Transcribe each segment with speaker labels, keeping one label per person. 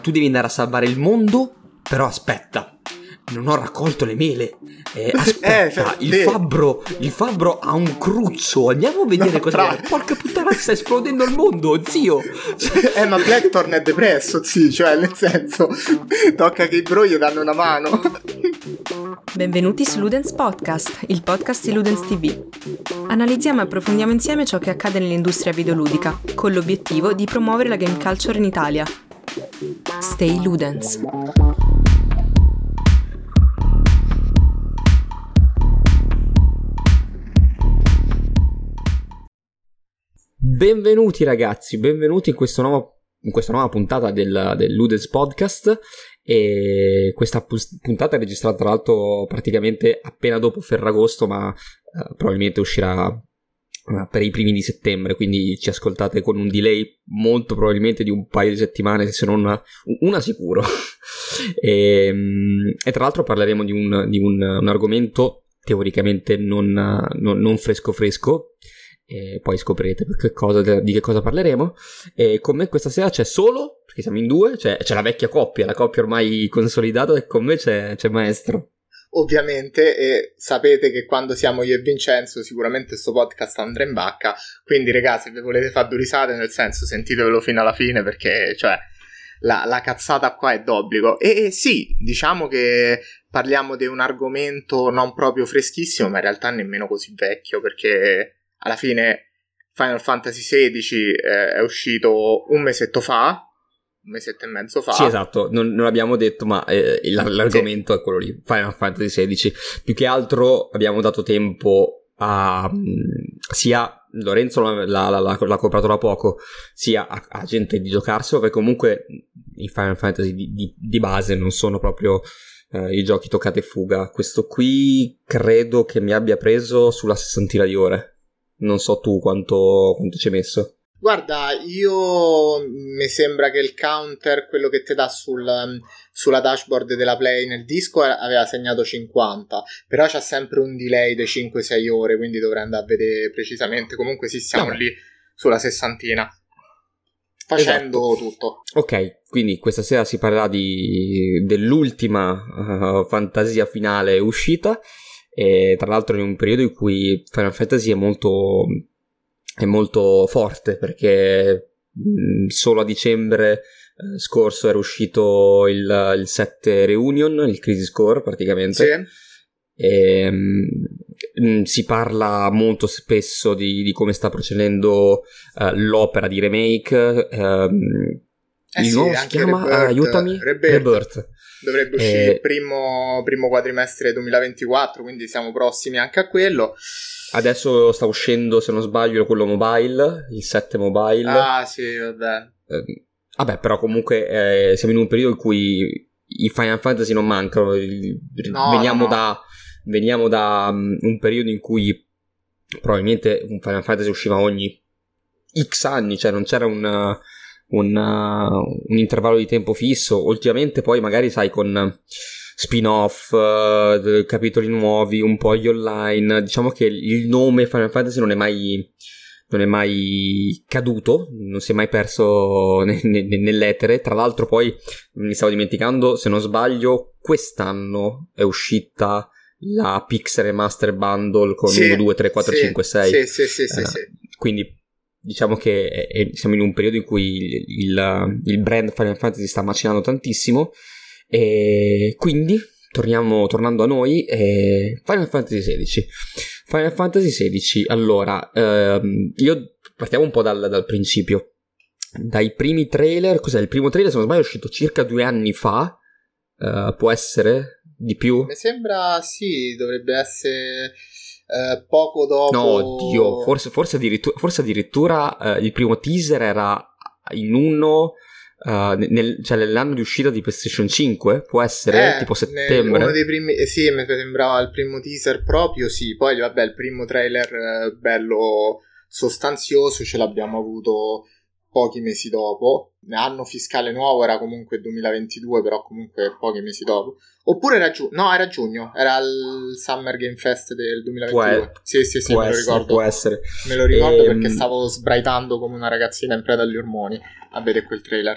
Speaker 1: tu devi andare a salvare il mondo, però aspetta, non ho raccolto le mele. Aspetta, il fabbro ha un cruccio. Andiamo a vedere cosa è. Porca puttana, sta esplodendo il mondo, zio.
Speaker 2: Ma Blackthorn è depresso, zio. Cioè, nel senso, tocca che i bro gli danno una mano.
Speaker 3: Benvenuti su Ludens Podcast, il podcast di Ludens TV. Analizziamo e approfondiamo insieme ciò che accade nell'industria videoludica, con l'obiettivo di promuovere la game culture in Italia. Stay Ludens.
Speaker 1: Benvenuti ragazzi, benvenuti in questa nuova puntata del Ludens Podcast. E questa puntata è registrata tra l'altro praticamente appena dopo Ferragosto, ma probabilmente uscirà per i primi di settembre, quindi ci ascoltate con un delay molto probabilmente di un paio di settimane, se non una sicuro. e tra l'altro parleremo di un argomento teoricamente non fresco. E poi scoprirete di che cosa parleremo. E con me questa sera c'è solo, perché siamo in due, c'è la vecchia coppia, la coppia ormai consolidata, e con me c'è Maestro.
Speaker 2: Ovviamente, e sapete che quando siamo io e Vincenzo sicuramente sto podcast andrà in bacca, quindi ragazzi, se vi volete fare due risate, nel senso, sentitevelo fino alla fine, perché cioè la cazzata qua è d'obbligo. E sì, diciamo che parliamo di un argomento non proprio freschissimo, ma in realtà nemmeno così vecchio, perché alla fine Final Fantasy XVI è uscito un mesetto e mezzo fa.
Speaker 1: Sì, esatto, non l'abbiamo detto, ma l'argomento è quello lì, Final Fantasy XVI. Più che altro abbiamo dato tempo a sia Lorenzo l'ha comprato da poco, sia a gente di giocarselo, perché comunque i Final Fantasy di base non sono proprio i giochi toccate e fuga. Questo qui credo che mi abbia preso sulla 60 di ore. Non so tu quanto ci hai messo.
Speaker 2: Guarda, mi sembra che il counter, quello che ti dà sulla dashboard della Play nel disco, aveva segnato 50, però c'ha sempre un delay di 5-6 ore, quindi dovrei andare a vedere precisamente. Comunque sì, siamo lì sulla 60, facendo tutto.
Speaker 1: Ok, quindi questa sera si parlerà dell'ultima fantasia finale uscita, e tra l'altro in un periodo in cui Final Fantasy è molto forte, perché solo a dicembre scorso era uscito il 7 Reunion, il Crisis Core praticamente. Sì. E si parla molto spesso di come sta procedendo l'opera di remake. Il nuovo si chiama aiutami? Rebirth.
Speaker 2: Dovrebbe uscire il primo quadrimestre 2024, quindi siamo prossimi anche a quello.
Speaker 1: Adesso sta uscendo, se non sbaglio, quello mobile, il 7 mobile.
Speaker 2: Ah sì, vabbè.
Speaker 1: Vabbè, però comunque siamo in un periodo in cui i Final Fantasy non mancano. Veniamo da un periodo in cui probabilmente un Final Fantasy usciva ogni X anni, cioè non c'era un intervallo di tempo fisso. Ultimamente poi magari sai con spin-off, capitoli nuovi, un po' gli online, diciamo che il nome Final Fantasy non è mai caduto, non si è mai perso nell'etere. Tra l'altro poi mi stavo dimenticando, se non sbaglio quest'anno è uscita la Pixel Remaster Bundle con 1, 2, 3, 4, 5, 6. Sì. Quindi diciamo che siamo in un periodo in cui il brand Final Fantasy sta macinando tantissimo, e quindi tornando a noi, Final Fantasy XVI. Allora, io partiamo un po' dal principio, dai primi trailer. Cos'è il primo trailer? Se non sbaglio è uscito circa 2 anni fa, può essere di più?
Speaker 2: Mi sembra sì, dovrebbe essere poco dopo.
Speaker 1: No, oddio, forse addirittura il primo teaser era in uno cioè nell'anno di uscita di PlayStation 5, può essere tipo settembre.
Speaker 2: Uno dei primi, sì, mi sembrava il primo teaser proprio, sì. Poi vabbè, il primo trailer bello sostanzioso ce l'abbiamo avuto pochi mesi dopo. Anno fiscale nuovo era comunque 2022, però comunque pochi mesi dopo. Oppure era giugno, era il Summer Game Fest del 2022. Sì, me lo ricordo.
Speaker 1: Può essere.
Speaker 2: Me lo ricordo perché stavo sbraitando come una ragazzaina in preda agli ormoni a vedere quel trailer.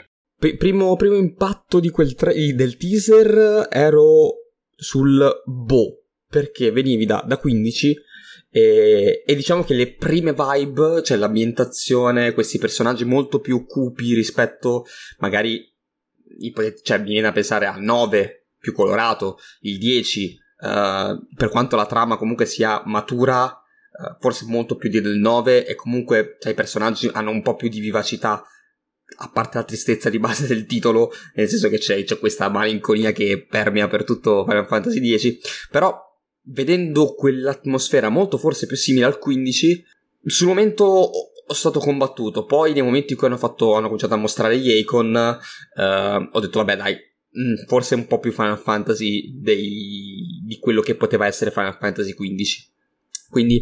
Speaker 1: primo impatto di del teaser ero sul perché venivi da 15 e diciamo che le prime vibe, cioè l'ambientazione, questi personaggi molto più cupi rispetto magari, cioè mi viene a pensare al 9 più colorato, il 10 per quanto la trama comunque sia matura, forse molto più del 9, e comunque cioè, i personaggi hanno un po' più di vivacità, a parte la tristezza di base del titolo, nel senso che c'è questa malinconia che permea per tutto Final Fantasy X, però vedendo quell'atmosfera molto forse più simile al 15, sul momento ho stato combattuto. Poi nei momenti in cui hanno cominciato a mostrare gli Icon, ho detto vabbè dai, forse un po' più Final Fantasy di quello che poteva essere Final Fantasy XV. Quindi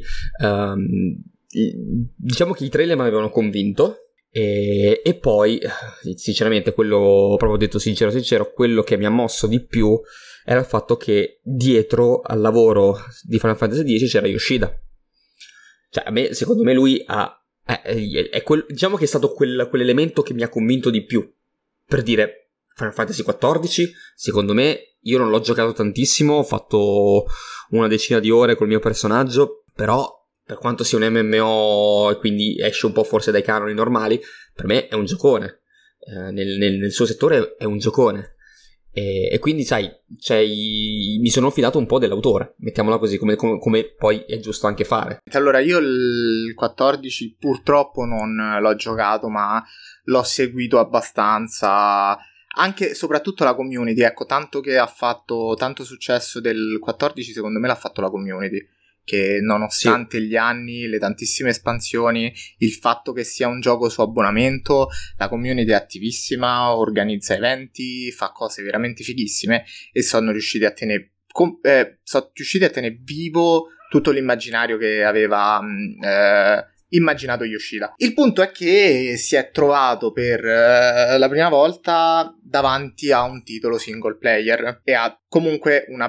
Speaker 1: diciamo che i trailer mi avevano convinto. E poi sinceramente quello, proprio detto sincero, quello che mi ha mosso di più era il fatto che dietro al lavoro di Final Fantasy X c'era Yoshida. Cioè secondo me lui diciamo che è stato quell'elemento che mi ha convinto di più. Per dire, Final Fantasy XIV secondo me, io non l'ho giocato tantissimo, ho fatto una decina di ore col mio personaggio, però per quanto sia un MMO e quindi esce un po' forse dai canoni normali, per me è un giocone. Nel suo settore è un giocone. E quindi sai, mi sono fidato un po' dell'autore, mettiamola così, come poi è giusto anche fare.
Speaker 2: Allora, io il 14 purtroppo non l'ho giocato, ma l'ho seguito abbastanza, anche soprattutto la community, ecco, tanto che ha fatto tanto successo del 14, secondo me l'ha fatto la community, che nonostante gli anni, le tantissime espansioni, il fatto che sia un gioco su abbonamento, la community è attivissima, organizza eventi, fa cose veramente fighissime e sono riusciti a tenere vivo tutto l'immaginario che aveva immaginato Yoshida. Il punto è che si è trovato per la prima volta davanti a un titolo single player e ha comunque un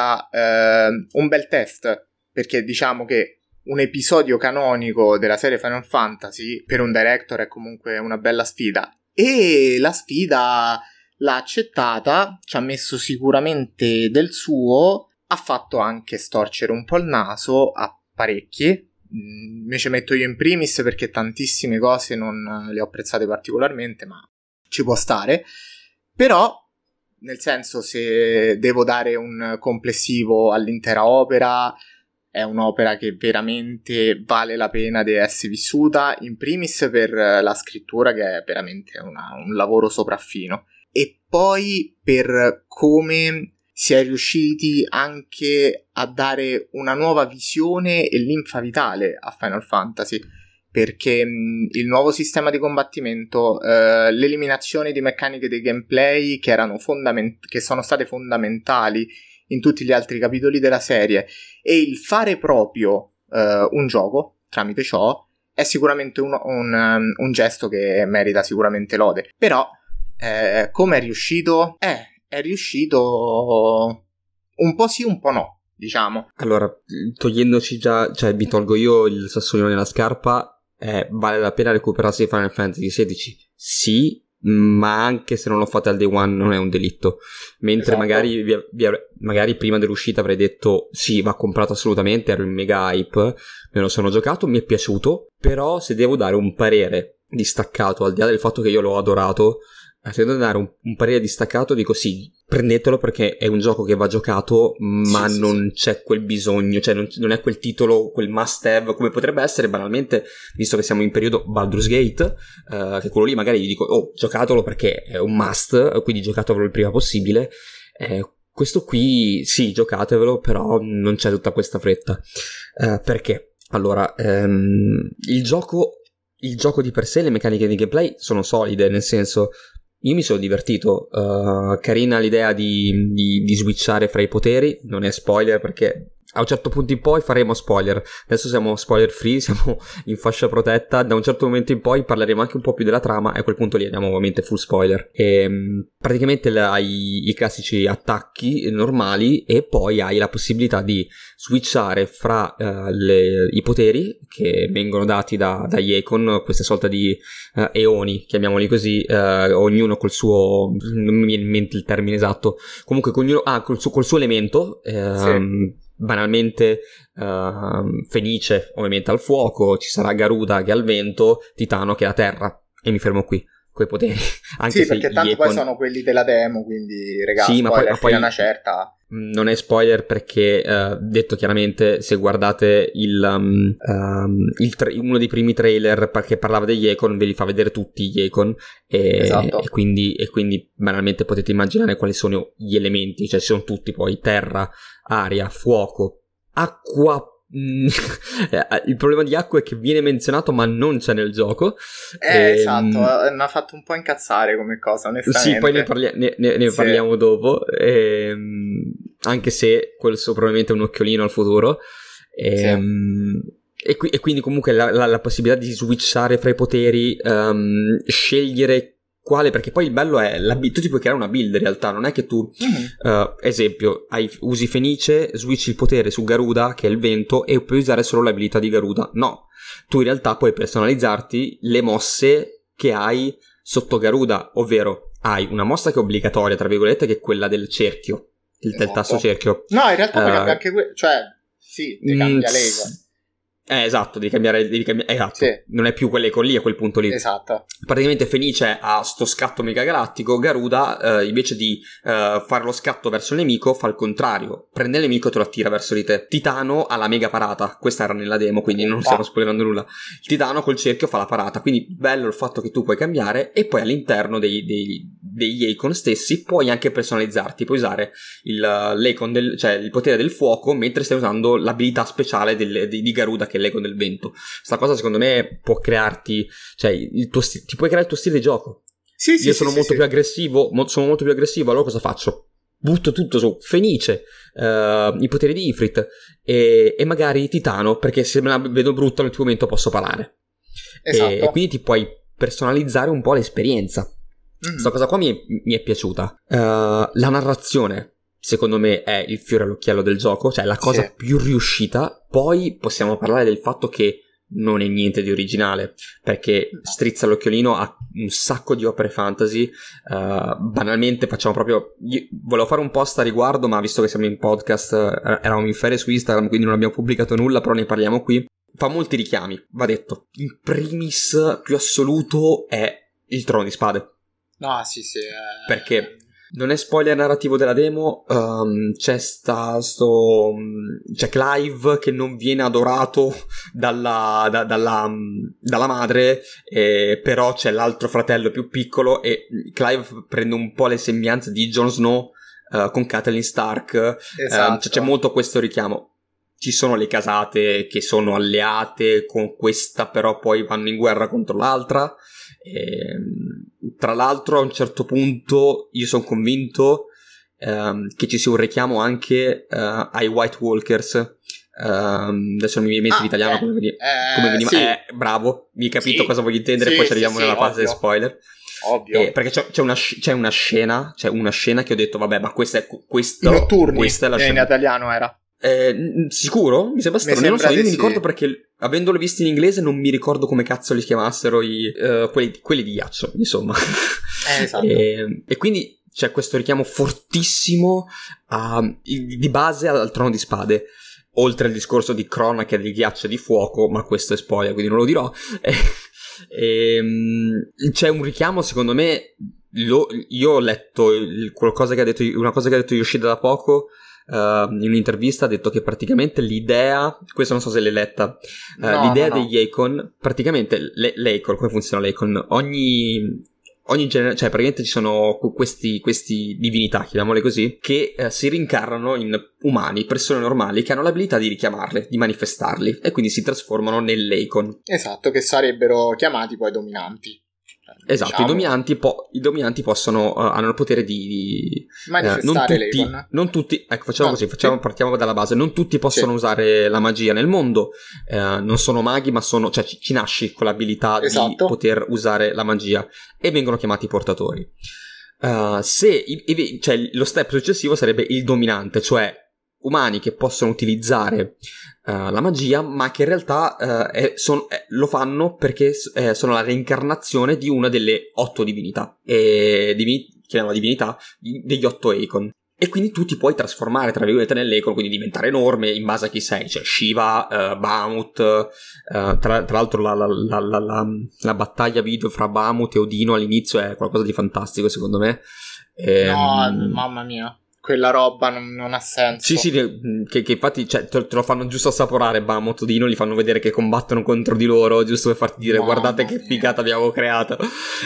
Speaker 2: bel test, perché diciamo che un episodio canonico della serie Final Fantasy per un director è comunque una bella sfida, e la sfida l'ha accettata, ci ha messo sicuramente del suo, ha fatto anche storcere un po' il naso a parecchi. Mi ci metto io in primis perché tantissime cose non le ho apprezzate particolarmente, ma ci può stare. Però, nel senso, se devo dare un complessivo all'intera opera, è un'opera che veramente vale la pena di essere vissuta, in primis per la scrittura, che è veramente un lavoro sopraffino, e poi per come si è riusciti anche a dare una nuova visione e linfa vitale a Final Fantasy, perché il nuovo sistema di combattimento, l'eliminazione di meccaniche di gameplay che sono state fondamentali in tutti gli altri capitoli della serie, e il fare proprio un gioco tramite ciò è sicuramente un gesto che merita sicuramente lode. Però come è riuscito? È riuscito un po' sì, un po' no, diciamo.
Speaker 1: Allora, togliendoci già, cioè mi tolgo io il sassolino nella scarpa, vale la pena recuperarsi Final Fantasy XVI? Sì, ma anche se non lo fate al day one non è un delitto. Mentre esatto. magari prima dell'uscita avrei detto sì, va comprato assolutamente, ero in mega hype, me lo sono giocato, mi è piaciuto, però se devo dare un parere distaccato, al di là del fatto che io l'ho adorato, se devo dare un parere distaccato, dico sì, prendetelo perché è un gioco che va giocato, ma non c'è quel bisogno, cioè non è quel titolo, quel must have, come potrebbe essere banalmente, visto che siamo in periodo Baldur's Gate, che quello lì magari gli dico, giocatelo perché è un must, quindi giocatevelo il prima possibile. Questo qui, sì, giocatevelo, però non c'è tutta questa fretta. Perché? Allora, il gioco di per sé, le meccaniche di gameplay sono solide, nel senso, io mi sono divertito, carina l'idea di switchare fra i poteri, non è spoiler perché a un certo punto in poi faremo spoiler. Adesso siamo spoiler free, siamo in fascia protetta. Da un certo momento in poi parleremo anche un po' più della trama, e a quel punto lì andiamo ovviamente full spoiler. E praticamente hai i classici attacchi normali, e poi hai la possibilità di switchare fra i poteri che vengono dati dagli Akon, queste sorta di eoni, chiamiamoli così, ognuno col suo, non mi viene in mente il termine esatto, comunque ognuno col suo elemento.
Speaker 2: Sì.
Speaker 1: Banalmente Fenice ovviamente al fuoco, ci sarà Garuda che è al vento, Titano che è a terra, e mi fermo qui coi poteri. Anche
Speaker 2: sì,
Speaker 1: se
Speaker 2: perché tanto poi sono quelli della demo, quindi ragazzi,
Speaker 1: sì, ma poi
Speaker 2: fino a una certa
Speaker 1: non è spoiler, perché detto chiaramente, se guardate uno dei primi trailer che parlava degli Akon, ve li fa vedere tutti gli Akon,
Speaker 2: esatto.
Speaker 1: e quindi banalmente potete immaginare quali sono gli elementi, cioè ci sono tutti poi terra, aria, fuoco, acqua. Il problema di acqua è che viene menzionato ma non c'è nel gioco.
Speaker 2: Esatto, mi ha fatto un po' incazzare come cosa, onestamente.
Speaker 1: Sì, poi ne parliamo dopo, anche se quello probabilmente è un occhiolino al futuro. E quindi comunque la possibilità di switchare fra i poteri, scegliere quale, perché poi il bello è tu ti puoi creare una build in realtà, non è che tu esempio usi Fenice, switchi il potere su Garuda che è il vento e puoi usare solo l'abilità di Garuda. No, tu in realtà puoi personalizzarti le mosse che hai sotto Garuda, ovvero hai una mossa che è obbligatoria tra virgolette, che è quella del cerchio, del tasto cerchio.
Speaker 2: No, in realtà puoi cambiare anche cioè sì, ti cambia l'ego.
Speaker 1: Esatto, devi cambiare esatto. Sì. Non è più quelle con lì a quel punto lì.
Speaker 2: Esatto.
Speaker 1: Praticamente Fenice ha sto scatto mega galattico, Garuda invece di fare lo scatto verso il nemico fa il contrario, prende il nemico e te lo attira verso di te. Titano ha la mega parata, questa era nella demo quindi non stiamo spoilerando nulla. Il Titano col cerchio fa la parata, quindi bello il fatto che tu puoi cambiare, e poi all'interno degli Akon stessi puoi anche personalizzarti, puoi usare l'Akon cioè il potere del fuoco mentre stai usando l'abilità speciale di Garuda che è l'Akon del vento. Sta cosa secondo me può crearti, cioè ti puoi creare il tuo stile di gioco.
Speaker 2: Sì,
Speaker 1: io sono molto più aggressivo, allora cosa faccio? Butto tutto su Fenice, i poteri di Ifrit e magari Titano, perché se me la vedo brutta all'ultimo momento posso parare.
Speaker 2: Esatto.
Speaker 1: E quindi ti puoi personalizzare un po' l'esperienza. Questa cosa qua mi è piaciuta. La narrazione secondo me è il fiore all'occhiello del gioco, cioè la cosa più riuscita. Poi possiamo parlare del fatto che non è niente di originale, perché strizza l'occhiolino a un sacco di opere fantasy. Banalmente facciamo proprio, volevo fare un post a riguardo, ma visto che siamo in podcast, eravamo in ferie su Instagram, quindi non abbiamo pubblicato nulla, però ne parliamo qui. Fa molti richiami, va detto. In primis più assoluto è il Trono di Spade.
Speaker 2: No, sì.
Speaker 1: Perché non è spoiler narrativo della demo, c'è Clive che non viene adorato dalla madre, però c'è l'altro fratello più piccolo, e Clive prende un po' le sembianze di Jon Snow con Catelyn Stark.
Speaker 2: Esatto.
Speaker 1: C'è molto questo richiamo. Ci sono le casate che sono alleate con questa, però poi vanno in guerra contro l'altra. Tra l'altro a un certo punto io sono convinto che ci sia un richiamo anche ai White Walkers. Adesso non mi viene in mente l'italiano come veniva.
Speaker 2: Sì.
Speaker 1: Bravo, mi hai capito cosa voglio intendere. Poi ci arriviamo nella fase di spoiler.
Speaker 2: Ovvio.
Speaker 1: Perché c'è una scena che ho detto vabbè, ma questa è
Speaker 2: Notturni,
Speaker 1: questa è la scena.
Speaker 2: in italiano era.
Speaker 1: Sicuro? Mi sembra strano. Non lo so, io mi ricordo perché avendolo visto in inglese non mi ricordo come cazzo li chiamassero quelli di ghiaccio, insomma.
Speaker 2: Esatto.
Speaker 1: E quindi c'è questo richiamo fortissimo di base al Trono di Spade, oltre al discorso di cronaca di ghiaccio e di fuoco, ma questo è spoiler quindi non lo dirò. C'è un richiamo, secondo me. Io ho letto una cosa che ha detto Yoshida da poco. In un'intervista ha detto che praticamente l'idea, questa non so se l'hai letta, l'idea degli Akon, praticamente l'Akon, come funziona l'Akon? Ogni genere, cioè praticamente ci sono questi divinità, chiamiamole così, che si rincarnano in umani, persone normali che hanno l'abilità di richiamarle, di manifestarli, e quindi si trasformano nell'Akon.
Speaker 2: Esatto, che sarebbero chiamati poi dominanti.
Speaker 1: Esatto,
Speaker 2: diciamo.
Speaker 1: i dominanti possono hanno il potere di
Speaker 2: manifestare l'Aegon.
Speaker 1: Non tutti, ecco, facciamo così, partiamo dalla base. Non tutti possono usare la magia nel mondo, non sono maghi, ma cioè ci nasci con l'abilità di poter usare la magia e vengono chiamati portatori. Cioè, lo step successivo sarebbe il dominante, cioè umani che possono utilizzare la magia, ma che in realtà lo fanno perché sono la reincarnazione di una delle 8 divinità, chiamiamola divinità, degli 8 Aegon. E quindi tu ti puoi trasformare, tra virgolette, nell'Aegon, quindi diventare enorme in base a chi sei. Cioè Shiva, Bahamut, tra l'altro la battaglia video fra Bahamut e Odino all'inizio è qualcosa di fantastico, secondo me.
Speaker 2: No, mamma mia. Quella roba non ha senso.
Speaker 1: Sì, che infatti cioè, te lo fanno giusto assaporare Bahamut e Odino, li fanno vedere che combattono contro di loro, giusto per farti dire guardate che figata abbiamo creato.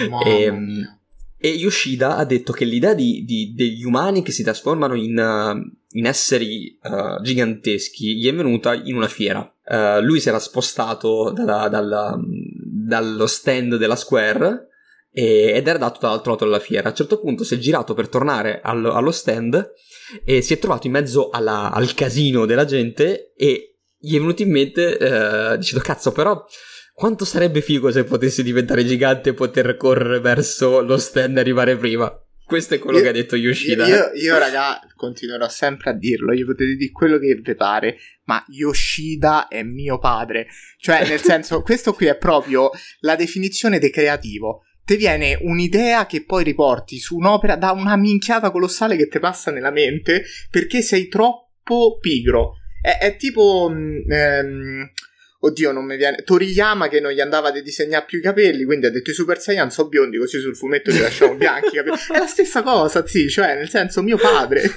Speaker 1: E Yoshida ha detto che l'idea degli umani che si trasformano in esseri giganteschi gli è venuta in una fiera. Lui si era spostato dallo stand della Square ed era dato dall'altro lato della fiera. A un certo punto si è girato per tornare allo stand e si è trovato in mezzo al casino della gente e gli è venuto in mente dicendo cazzo, però quanto sarebbe figo se potessi diventare gigante e poter correre verso lo stand e arrivare prima. Questo è quello che ha detto Yoshida.
Speaker 2: Io raga, continuerò sempre a dirlo. Gli potete dire quello che vi pare, ma Yoshida è mio padre. Cioè, nel senso, questo qui è proprio la definizione di creativo. Ti viene un'idea che poi riporti su un'opera da una minchiata colossale che ti passa nella mente perché sei troppo pigro. È tipo... oddio, non mi viene. Toriyama che non gli andava a disegnare più i capelli, quindi ha detto i Super Saiyan sono biondi, così sul fumetto li lasciamo bianchi i capelli. È la stessa cosa, sì, cioè nel senso mio padre.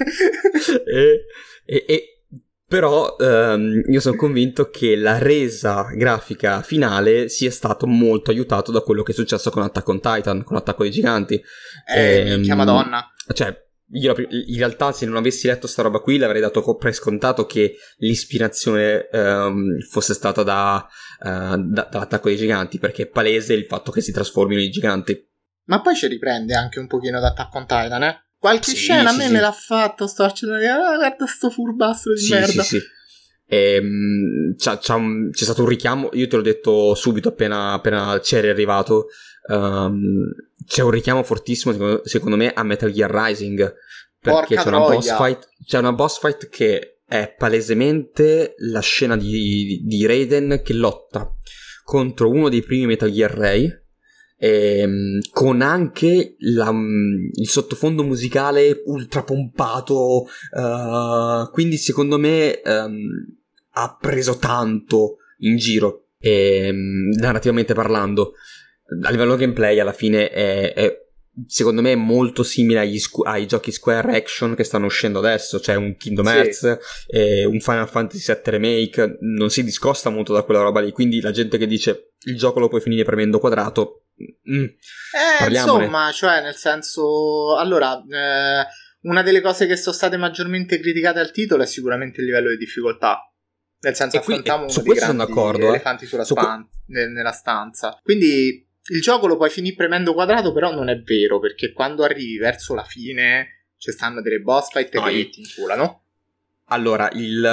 Speaker 1: Però io sono convinto che la resa grafica finale sia stato molto aiutato da quello che è successo con Attack on Titan, con l'Attacco dei Giganti.
Speaker 2: Minchia madonna.
Speaker 1: Cioè, io in realtà se non avessi letto sta roba qui l'avrei dato per scontato che l'ispirazione fosse stata dall'Attacco dei Giganti, perché è palese il fatto che si trasformino in giganti. Ma
Speaker 2: poi ci riprende anche un pochino da Attack on Titan, eh? Qualche scena a me me l'ha fatto, sto accendendo di guarda sto furbastro di merda.
Speaker 1: Sì. C'è stato un richiamo, io te l'ho detto subito appena c'eri arrivato, c'è un richiamo fortissimo secondo me a Metal Gear Rising, perché c'è una boss fight che è palesemente la scena di Raiden che lotta contro uno dei primi Metal Gear Ray, con anche il sottofondo musicale ultra pompato, quindi secondo me ha preso tanto in giro, narrativamente parlando. A livello gameplay alla fine è secondo me molto simile ai giochi Square Action che stanno uscendo adesso, cioè un Kingdom Hearts, un Final Fantasy VII Remake, non si discosta molto da quella roba lì, quindi la gente che dice il gioco lo puoi finire premendo quadrato,
Speaker 2: insomma, cioè nel senso, allora una delle cose che sono state maggiormente criticate al titolo è sicuramente il livello di difficoltà, nel senso affrontiamo uno dei grandi elefanti nella stanza, quindi il gioco lo puoi finire premendo quadrato, però non è vero, perché quando arrivi verso la fine ci stanno delle boss fight che ti inculano.
Speaker 1: Allora,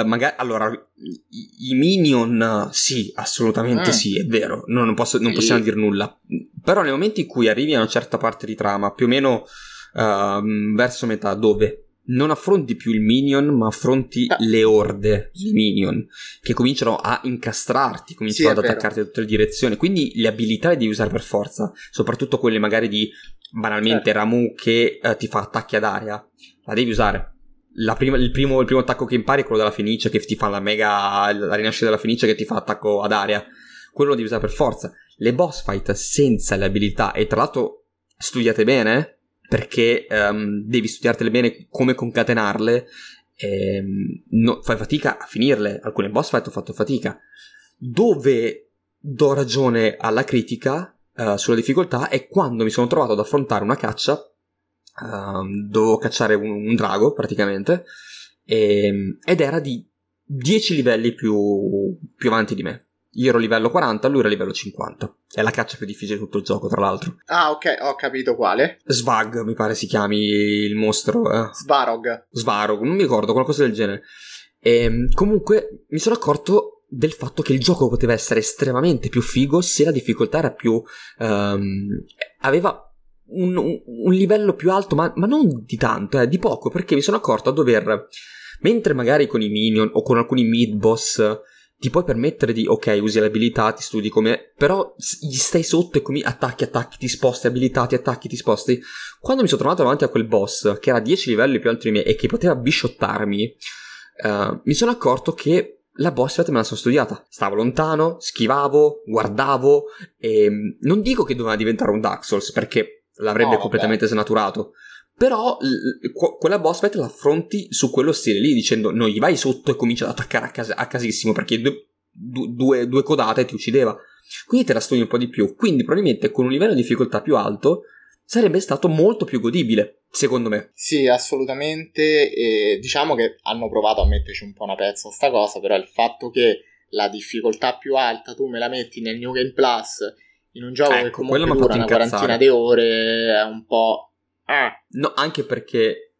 Speaker 1: i minion sì, assolutamente sì, è vero, non possiamo dire nulla. Però nei momenti in cui arrivi a una certa parte di trama, più o meno verso metà, dove non affronti più il minion, ma affronti le orde di minion, che cominciano a incastrarti, cominciano ad attaccarti da tutte le direzioni, quindi le abilità le devi usare per forza, soprattutto quelle magari di, banalmente, Ramuh che ti fa attacchi ad area, la devi usare. Il primo attacco che impari è quello della Fenice, che ti fa la rinascita della Fenice che ti fa attacco ad area, quello lo devi usare per forza. Le boss fight senza le abilità, e tra l'altro studiate bene, perché devi studiartele bene come concatenarle, fai fatica a finirle. Alcune boss fight ho fatto fatica. Dove do ragione alla critica sulla difficoltà è quando mi sono trovato ad affrontare una caccia, dovevo cacciare un drago praticamente, ed era di 10 livelli più avanti di me. Io ero livello 40, lui era livello 50. È la caccia più difficile di tutto il gioco, tra l'altro.
Speaker 2: Ah, ok, ho capito quale.
Speaker 1: Svag, mi pare si chiami il mostro. Svarog, non mi ricordo, qualcosa del genere. Comunque mi sono accorto del fatto che il gioco poteva essere estremamente più figo se la difficoltà era più... aveva un livello più alto, ma non di tanto, di poco, perché mi sono accorto a dover... Mentre magari con i minion o con alcuni mid-boss ti puoi permettere di, ok, usi l'abilità, ti studi come... però gli stai sotto e come attacchi, ti sposti, abilità, ti attacchi, ti sposti. Quando mi sono trovato davanti a quel boss, che era 10 livelli più alto di me e che poteva bisciottarmi, mi sono accorto che la boss fight me la sono studiata. Stavo lontano, schivavo, guardavo, e non dico che doveva diventare un Dark Souls, perché l'avrebbe completamente snaturato. Però quella boss fight la affronti su quello stile lì, dicendo non gli vai sotto e cominci ad attaccare a casissimo, perché due codate ti uccideva. Quindi te la studi un po' di più. Quindi probabilmente con un livello di difficoltà più alto sarebbe stato molto più godibile, secondo me.
Speaker 2: Sì, assolutamente. E diciamo che hanno provato a metterci un po' una pezza a sta cosa, però il fatto che la difficoltà più alta tu me la metti nel New Game Plus in un gioco che comunque dura una quarantina di ore è un po'...
Speaker 1: No, anche perché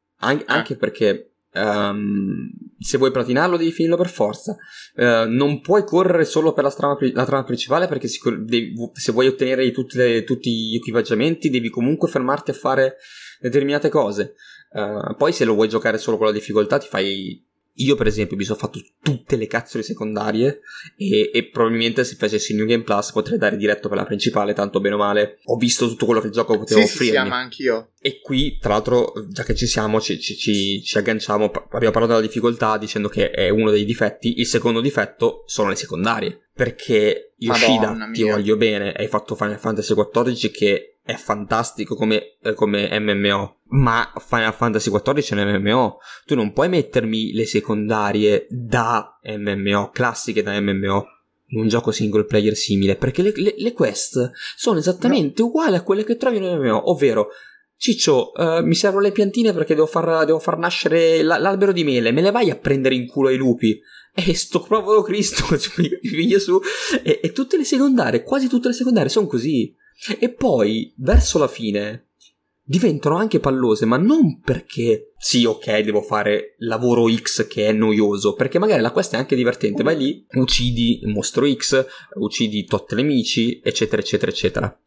Speaker 1: se vuoi platinarlo devi finirlo per forza. Non puoi correre solo per la trama principale, perché se vuoi ottenere tutti gli equipaggiamenti devi comunque fermarti a fare determinate cose. Poi se lo vuoi giocare solo con la difficoltà ti fai... Io per esempio mi sono fatto tutte le cazzole secondarie e probabilmente se facessi il New Game Plus potrei dare diretto per la principale, tanto bene o male ho visto tutto quello che il gioco poteva offrirmi.
Speaker 2: Sì, ma anch'io.
Speaker 1: E qui tra l'altro, già che ci siamo, ci agganciamo, abbiamo parlato della difficoltà dicendo che è uno dei difetti. Il secondo difetto sono le secondarie, perché Yoshida, ti voglio bene, hai fatto Final Fantasy XIV che è fantastico come MMO, ma Final Fantasy XIV è un MMO. Tu non puoi mettermi le secondarie da MMO, classiche da MMO, in un gioco single player simile, perché le quest sono esattamente uguali a quelle che trovi in un MMO, ovvero Ciccio, mi servono le piantine perché devo far nascere l'albero di mele, me le vai a prendere in culo ai lupi? E sto proprio Cristo, mi piglia su. E tutte le secondarie, quasi tutte le secondarie sono così. E poi, verso la fine, diventano anche pallose, ma non perché, sì, ok, devo fare lavoro X che è noioso, perché magari la quest è anche divertente, vai lì, uccidi il mostro X, uccidi tot nemici, eccetera, eccetera, eccetera.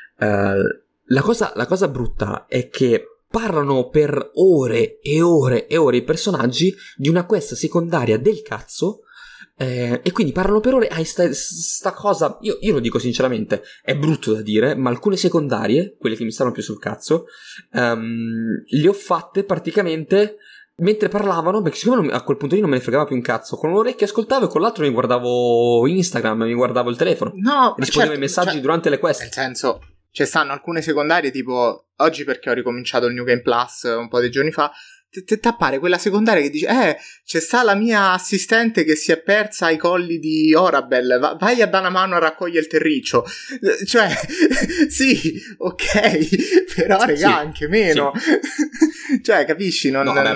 Speaker 1: La cosa brutta è che parlano per ore e ore e ore i personaggi di una quest secondaria del cazzo, e quindi parlano per ore. Sta cosa, io lo dico sinceramente, è brutto da dire, ma alcune secondarie, quelle che mi stanno più sul cazzo, le ho fatte praticamente mentre parlavano, perché siccome a quel punto lì non me ne fregava più un cazzo, con un orecchio ascoltavo e con l'altro mi guardavo Instagram, mi guardavo il telefono, rispondevo ai messaggi durante le quest.
Speaker 2: Nel senso, ci stanno alcune secondarie tipo oggi, perché ho ricominciato il New Game Plus un po' di giorni fa, ti appare quella secondaria che dice c'è sta la mia assistente che si è persa ai colli di Orabel, vai a dare una mano a raccogliere il terriccio. Cioè sì, ok, però regà, sì, anche meno, sì. Cioè capisci, non è...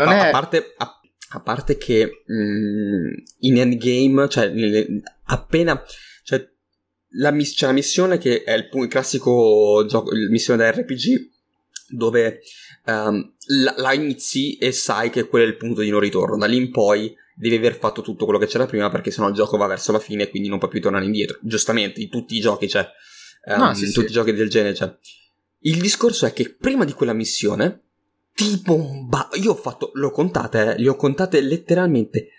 Speaker 1: a parte che in endgame, cioè appena, cioè c'è la missione che è il classico gioco, la missione da RPG dove la inizi e sai che quello è il punto di non ritorno. Da lì in poi devi aver fatto tutto quello che c'era prima, perché sennò il gioco va verso la fine e quindi non puoi più tornare indietro. Giustamente, in tutti i giochi c'è, in tutti i giochi del genere c'è. Il discorso è che prima di quella missione tipo io le ho contate letteralmente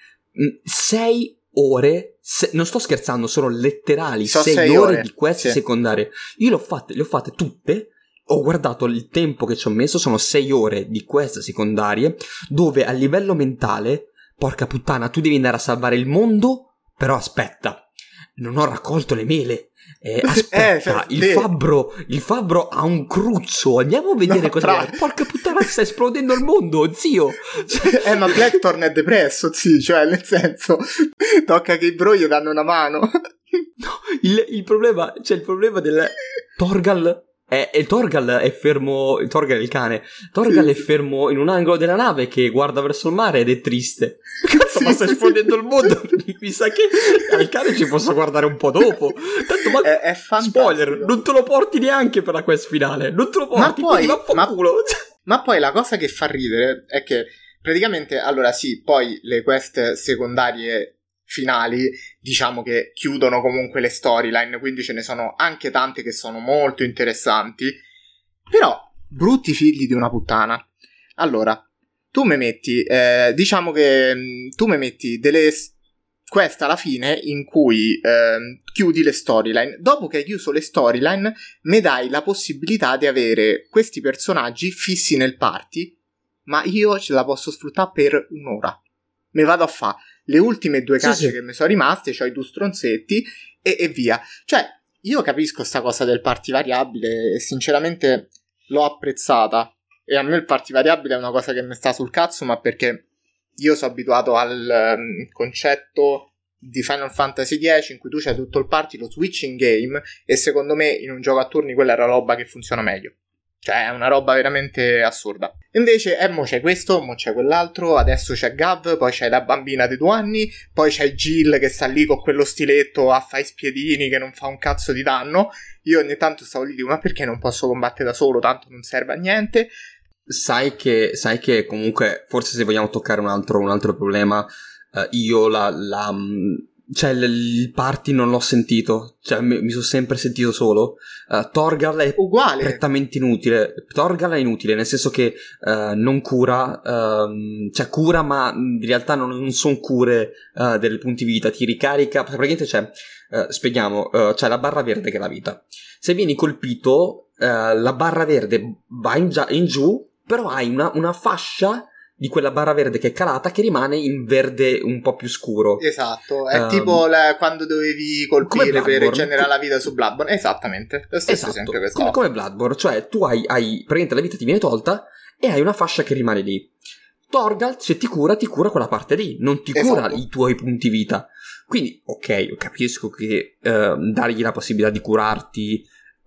Speaker 1: 6 ore, non sto scherzando, sono letterali 6 ore di quest secondarie. Io le ho fatte tutte. Ho guardato il tempo che ci ho messo, sono 6 ore di quest secondarie, dove a livello mentale, porca puttana, tu devi andare a salvare il mondo, però aspetta, non ho raccolto le mele, aspetta, il fabbro ha un cruccio, andiamo a vedere cosa è. Porca puttana, sta esplodendo il mondo, zio.
Speaker 2: Ma Blackthorn è depresso, zio, cioè nel senso, tocca che i bro gli danno una mano.
Speaker 1: No, il problema del Torgal E Torgal è fermo, Torgal è il cane, Torgal è fermo in un angolo della nave che guarda verso il mare ed è triste. Cazzo, ma sta esplodendo il mondo, mi sa che al cane ci posso guardare un po' dopo. Tanto, ma
Speaker 2: è fantastico.
Speaker 1: Spoiler, non te lo porti neanche per la quest finale, non te lo porti, quindi vaffanculo.
Speaker 2: Ma poi la cosa che fa ridere è che praticamente, allora sì, poi le quest secondarie finali diciamo che chiudono comunque le storyline, quindi ce ne sono anche tante che sono molto interessanti, però brutti figli di una puttana. Allora, tu mi metti diciamo che tu mi metti delle quest alla fine in cui chiudi le storyline. Dopo che hai chiuso le storyline mi dai la possibilità di avere questi personaggi fissi nel party, ma io ce la posso sfruttare per un'ora. Me vado a fare le ultime 2 cacce che mi sono rimaste, c'ho i 2 stronzetti e via. Cioè, io capisco sta cosa del party variabile e sinceramente l'ho apprezzata. E a me il party variabile è una cosa che mi sta sul cazzo, ma perché io sono abituato al concetto di Final Fantasy X in cui tu c'hai tutto il party, lo switching game, e secondo me in un gioco a turni quella è la roba che funziona meglio. Cioè, è una roba veramente assurda. Invece, mo c'è questo, mo c'è quell'altro, adesso c'è Gav, poi c'è la bambina di 2 anni, poi c'è Jill che sta lì con quello stiletto a fare i spiedini che non fa un cazzo di danno. Io ogni tanto stavo lì, dico, ma perché non posso combattere da solo, tanto non serve a niente.
Speaker 1: Sai che comunque, forse se vogliamo toccare un altro problema, io cioè il party non l'ho sentito, cioè mi sono sempre sentito solo. Torgal è
Speaker 2: uguale,
Speaker 1: prettamente inutile. Torgal è inutile nel senso che non cura, cioè cura ma in realtà non sono cure dei punti vita, ti ricarica, praticamente c'è, spieghiamo, c'è la barra verde che è la vita. Se vieni colpito, la barra verde va in giù, però hai una fascia di quella barra verde che è calata che rimane in verde un po' più scuro.
Speaker 2: Esatto, è tipo quando dovevi colpire per rigenerare la vita su Bloodborne. Esattamente, lo stesso esempio che stavo.
Speaker 1: Come Bloodborne, cioè tu hai praticamente la vita ti viene tolta e hai una fascia che rimane lì. Torgal, se ti cura quella parte lì, non ti cura i tuoi punti vita. Quindi, ok, io capisco che dargli la possibilità di curarti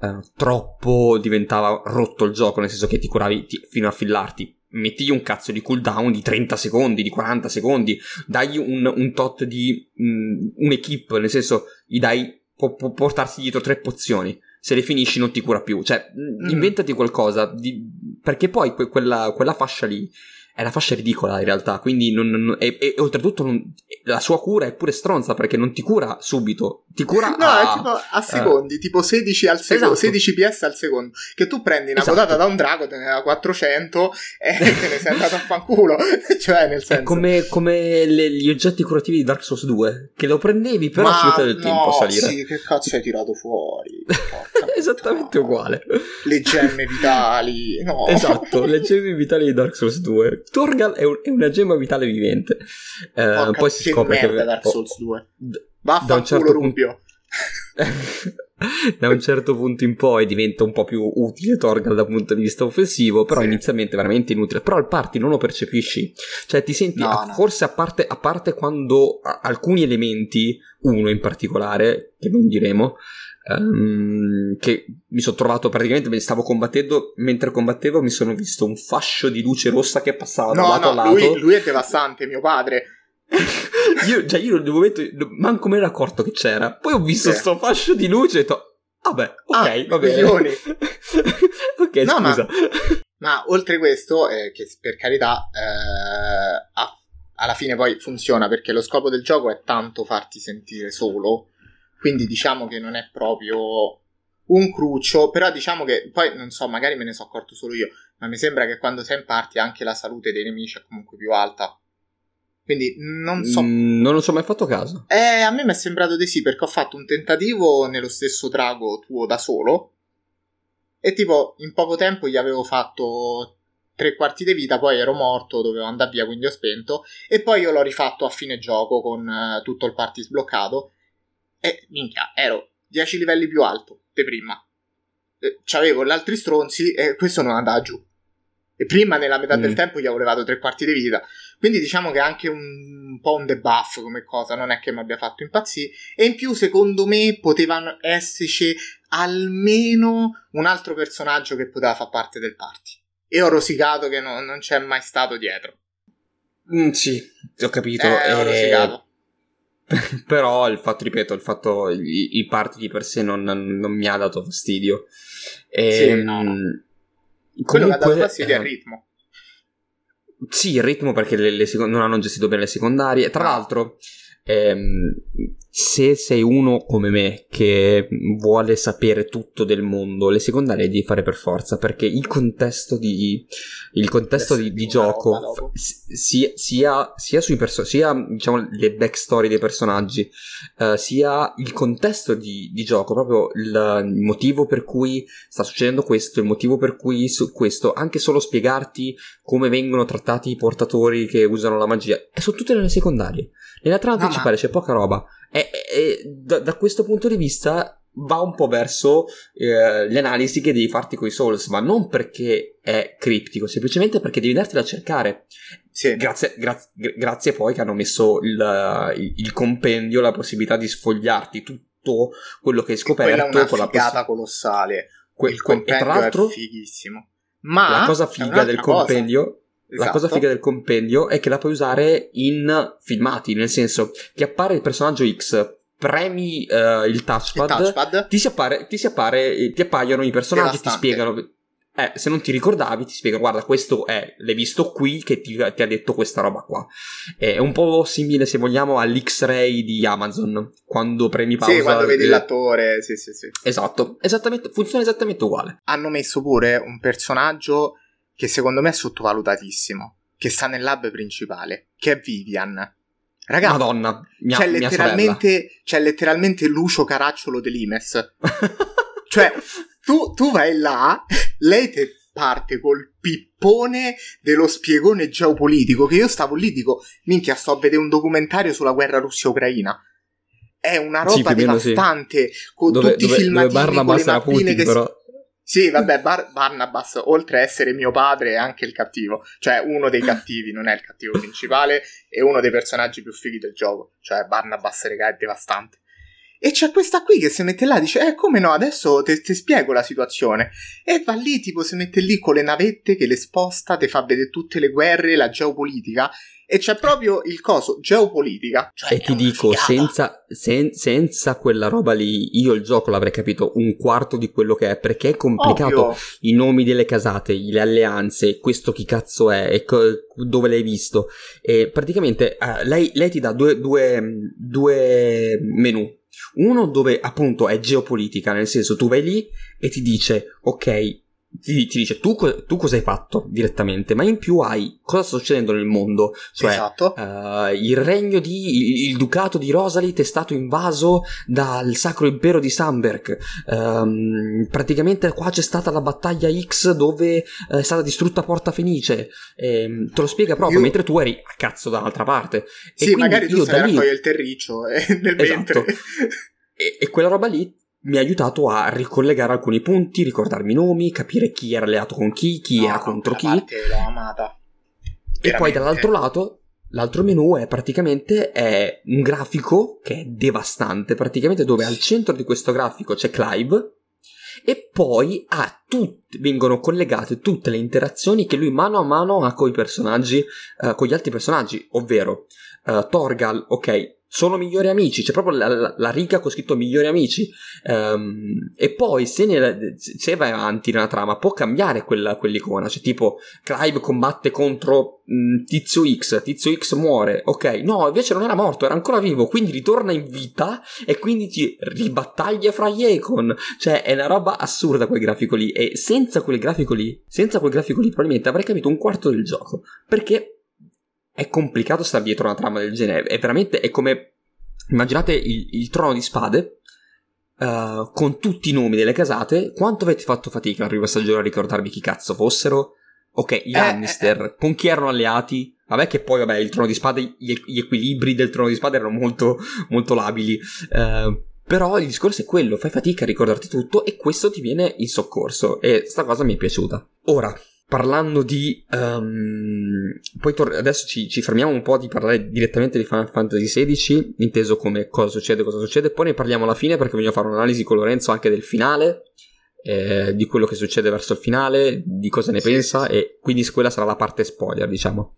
Speaker 1: troppo diventava rotto il gioco, nel senso che ti curavi fino a fillarti. Mettigli un cazzo di cooldown di 30 secondi, di 40 secondi, dagli un tot di un'equipe, nel senso gli dai, può portarsi dietro 3 pozioni, se le finisci non ti cura più, cioè inventati qualcosa, perché poi quella fascia lì è una fascia ridicola in realtà, quindi e oltretutto la sua cura è pure stronza perché non ti cura subito, ti cura
Speaker 2: è tipo a secondi, tipo 16 al secondo, esatto. 16 PS al secondo, che tu prendi una potata da un drago, te ne da 400 e te ne sei andato a fanculo, cioè nel senso
Speaker 1: è come gli oggetti curativi di Dark Souls 2 che lo prendevi però ci metteva del tempo a salire.
Speaker 2: Sì, che cazzo hai tirato fuori?
Speaker 1: Esattamente uguale.
Speaker 2: Le gemme vitali, no.
Speaker 1: Esatto, le gemme vitali di Dark Souls 2. Torgal è una gemma vitale vivente. Poi si scopre che
Speaker 2: Dark Souls 2. Vaffanculo Rubio.
Speaker 1: Da un certo punto in poi diventa un po' più utile Torgal dal punto di vista offensivo, però inizialmente è veramente inutile. Però al party non lo percepisci, cioè ti senti forse a parte quando alcuni elementi, uno in particolare che non diremo, che mi sono trovato praticamente stavo combattendo, mentre combattevo mi sono visto un fascio di luce rossa che passava da lato a lato.
Speaker 2: Lui è devastante, mio padre.
Speaker 1: io nel momento manco me ne ero accorto che c'era, poi ho visto sto fascio di luce e ho detto vabbè, ok, va bene. Ok,
Speaker 2: no,
Speaker 1: scusa.
Speaker 2: Ma oltre questo, che per carità alla fine poi funziona, perché lo scopo del gioco è tanto farti sentire solo, quindi diciamo che non è proprio un cruccio, però diciamo che poi non so, magari me ne sono accorto solo io, ma mi sembra che quando sei in party anche la salute dei nemici è comunque più alta. Quindi non so.
Speaker 1: Non ci ho mai fatto caso.
Speaker 2: A me mi è sembrato di sì, perché ho fatto un tentativo nello stesso drago tuo da solo e tipo in poco tempo gli avevo fatto 3/4 di vita, poi ero morto, dovevo andare via, quindi ho spento, e poi io l'ho rifatto a fine gioco con tutto il party sbloccato e minchia, ero 10 livelli più alto di prima. C'avevo gli altri stronzi e questo non andava giù. E prima, nella metà del tempo, gli avevo levato 3/4 di vita. Quindi diciamo che è anche un po' un debuff come cosa, non è che mi abbia fatto impazzire. E in più, secondo me, potevano esserci almeno un altro personaggio che poteva far parte del party. E ho rosicato che non c'è mai stato dietro.
Speaker 1: Sì, ho capito.
Speaker 2: Ho rosicato.
Speaker 1: Però il fatto, il party di per sé non mi ha dato fastidio.
Speaker 2: Sì, no. Quello che ha dato fastidio è il ritmo.
Speaker 1: Sì, il ritmo, perché non hanno gestito bene le secondarie. Tra l'altro, se sei uno come me che vuole sapere tutto del mondo, le secondarie devi fare per forza, perché il contesto di gioco sia sui sia diciamo le backstory dei personaggi, sia il contesto di gioco, proprio il motivo per cui sta succedendo questo, il motivo per cui questo, anche solo spiegarti come vengono trattati i portatori che usano la magia, e sono tutte nelle secondarie. Nella trama principale c'è poca roba, e da questo punto di vista va un po' verso le analisi che devi farti con i Souls, ma non perché è criptico, semplicemente perché devi dartela a cercare. Sì. Grazie poi che hanno messo il compendio, la possibilità di sfogliarti tutto quello che hai scoperto.
Speaker 2: Quella è una figata colossale. Il compendio,
Speaker 1: e tra l'altro,
Speaker 2: è fighissimo. Ma
Speaker 1: la cosa figa del compendio... La cosa figa del compendio è che la puoi usare in filmati, nel senso che appare il personaggio X, premi il touchpad, ti appaiono i personaggi, ti spiegano. Se non ti ricordavi, ti spiegano: guarda, questo l'hai visto qui che ti ha detto questa roba qua. È un po' simile, se vogliamo, all'X-Ray di Amazon, quando premi pausa.
Speaker 2: Sì, quando vedi l'attore, sì.
Speaker 1: Esatto, funziona esattamente uguale.
Speaker 2: Hanno messo pure un personaggio che secondo me è sottovalutatissimo, che sta nel lab principale, che è Vivian. Ragazzi,
Speaker 1: Madonna,
Speaker 2: c'è letteralmente Lucio Caracciolo dell'Imes. Cioè, tu vai là, lei te parte col pippone dello spiegone geopolitico, che io stavo lì, dico, minchia, sto a vedere un documentario sulla guerra Russia-Ucraina. È una roba devastante, con tutti i filmatini, con le mappine che però... Sì, vabbè, Barnabas, oltre a essere mio padre, è anche il cattivo. Cioè, uno dei cattivi, non è il cattivo principale, è uno dei personaggi più fighi del gioco. Cioè, Barnabas, regà, è devastante. E c'è questa qui che si mette là, dice, come no, adesso ti spiego la situazione. E va lì, tipo, si mette lì con le navette che le sposta, ti fa vedere tutte le guerre, la geopolitica. E c'è proprio il coso, geopolitica. Cioè,
Speaker 1: e ti dico, senza quella roba lì, io il gioco l'avrei capito un quarto di quello che è, perché è complicato. Ovvio. I nomi delle casate, le alleanze, questo chi cazzo è, e dove l'hai visto. E praticamente lei ti dà due menu. Uno dove appunto è geopolitica, nel senso tu vai lì e ti dice, ok, ti dice tu cosa hai fatto direttamente, ma in più hai cosa sta succedendo nel mondo, cioè
Speaker 2: esatto.
Speaker 1: Il ducato di Rosalit è stato invaso dal Sacro Impero di Samberg, praticamente qua c'è stata la battaglia X dove è stata distrutta Porta Fenice, te lo spiega proprio mentre tu eri a cazzo dall'altra parte.
Speaker 2: Sì, e magari tu stai a raccogliere il terriccio nel
Speaker 1: esatto. Mentre e quella roba lì mi ha aiutato a ricollegare alcuni punti, ricordarmi i nomi, capire chi era alleato con chi era contro chi.
Speaker 2: L'ho amata.
Speaker 1: E poi dall'altro lato, l'altro menu è praticamente un grafico che è devastante, praticamente, dove al centro di questo grafico c'è Clive, e poi vengono collegate tutte le interazioni che lui mano a mano ha con i personaggi, con gli altri personaggi, ovvero Torgal, ok, sono migliori amici, c'è proprio la riga con scritto migliori amici, e poi se vai avanti nella trama può cambiare quell'icona, cioè tipo Clive combatte contro tizio X muore, ok, no, invece non era morto, era ancora vivo, quindi ritorna in vita e quindi ti ribattaglia fra gli Icon. Cioè è una roba assurda quel grafico lì, e senza quel grafico lì probabilmente avrei capito un quarto del gioco, perché è complicato stare dietro una trama del genere. È come, immaginate il Trono di Spade, con tutti i nomi delle casate. Quanto avete fatto fatica la prima stagione a ricordarvi chi cazzo fossero? Ok, i Lannister, con chi erano alleati? Vabbè che poi, il Trono di Spade, gli equilibri del Trono di Spade erano molto, molto labili. Però il discorso è quello, fai fatica a ricordarti tutto e questo ti viene in soccorso, e sta cosa mi è piaciuta. Ora, parlando di poi adesso ci fermiamo un po' di parlare direttamente di Final Fantasy XVI, inteso come cosa succede, poi ne parliamo alla fine perché voglio fare un'analisi con Lorenzo anche del finale, di quello che succede verso il finale, di cosa ne pensa, e quindi quella sarà la parte spoiler, diciamo.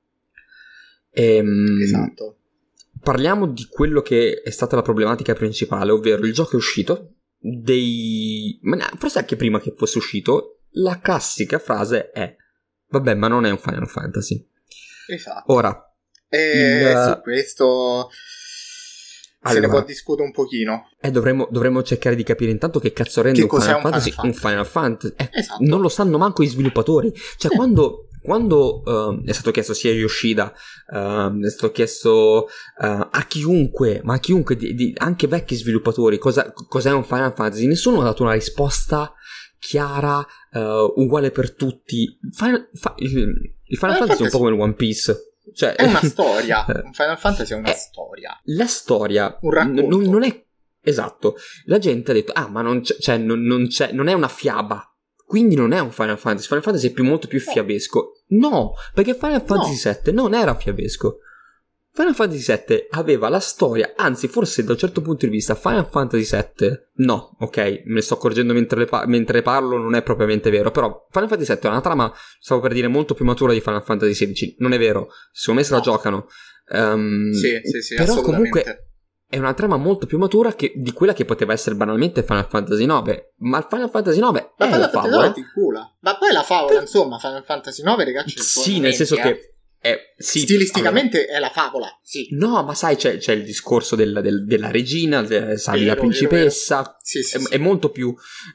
Speaker 2: Esatto.
Speaker 1: Parliamo di quello che è stata la problematica principale, ovvero il gioco è uscito, forse anche prima che fosse uscito. La classica frase è: vabbè, ma non è un Final Fantasy.
Speaker 2: Esatto.
Speaker 1: Ora,
Speaker 2: su questo se ne può discutere un pochino.
Speaker 1: Dovremmo cercare di capire intanto che cazzo rende un Final Fantasy un Final Fantasy.
Speaker 2: Esatto.
Speaker 1: Non lo sanno manco gli sviluppatori. Cioè, quando è stato chiesto sia a Yoshida, è stato chiesto a chiunque, anche vecchi sviluppatori, cos'è un Final Fantasy, nessuno ha dato una risposta chiara, uguale per tutti. Il Final Fantasy è un po' come il One Piece. Cioè,
Speaker 2: è una storia. Un Final Fantasy è una storia.
Speaker 1: La storia
Speaker 2: un racconto.
Speaker 1: Non è esatto. La gente ha detto: ma non è una fiaba. Quindi non è un Final Fantasy. Final Fantasy è molto più fiabesco. No, perché Final Fantasy VII non era fiabesco. Final Fantasy VII aveva la storia, anzi forse da un certo punto di vista Final Fantasy VII, no, ok, me ne sto accorgendo mentre parlo, non è propriamente vero, però Final Fantasy VII è una trama, stavo per dire, molto più matura di Final Fantasy XVI, non è vero, secondo me se la giocano.
Speaker 2: Sì,
Speaker 1: però comunque è una trama molto più matura di quella che poteva essere banalmente Final Fantasy IX, ma Final Fantasy IX è la favola.
Speaker 2: Ma poi la favola, insomma, Final Fantasy IX, ragazzi,
Speaker 1: sì, nel senso che sì,
Speaker 2: stilisticamente è la favola, sì.
Speaker 1: No, ma sai, c'è il discorso della regina, sai, la principessa,
Speaker 2: sì.
Speaker 1: È molto più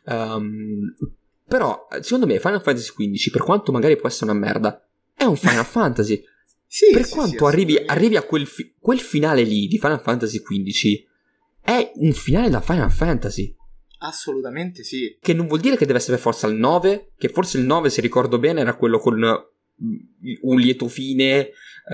Speaker 1: però secondo me Final Fantasy XV, per quanto magari può essere una merda, è un Final Fantasy.
Speaker 2: Sì,
Speaker 1: per quanto arrivi a quel finale lì di Final Fantasy XV, è un finale da Final Fantasy.
Speaker 2: Assolutamente sì.
Speaker 1: Che non vuol dire che deve essere per forza il 9, che forse il 9, se ricordo bene, era quello con un lieto fine,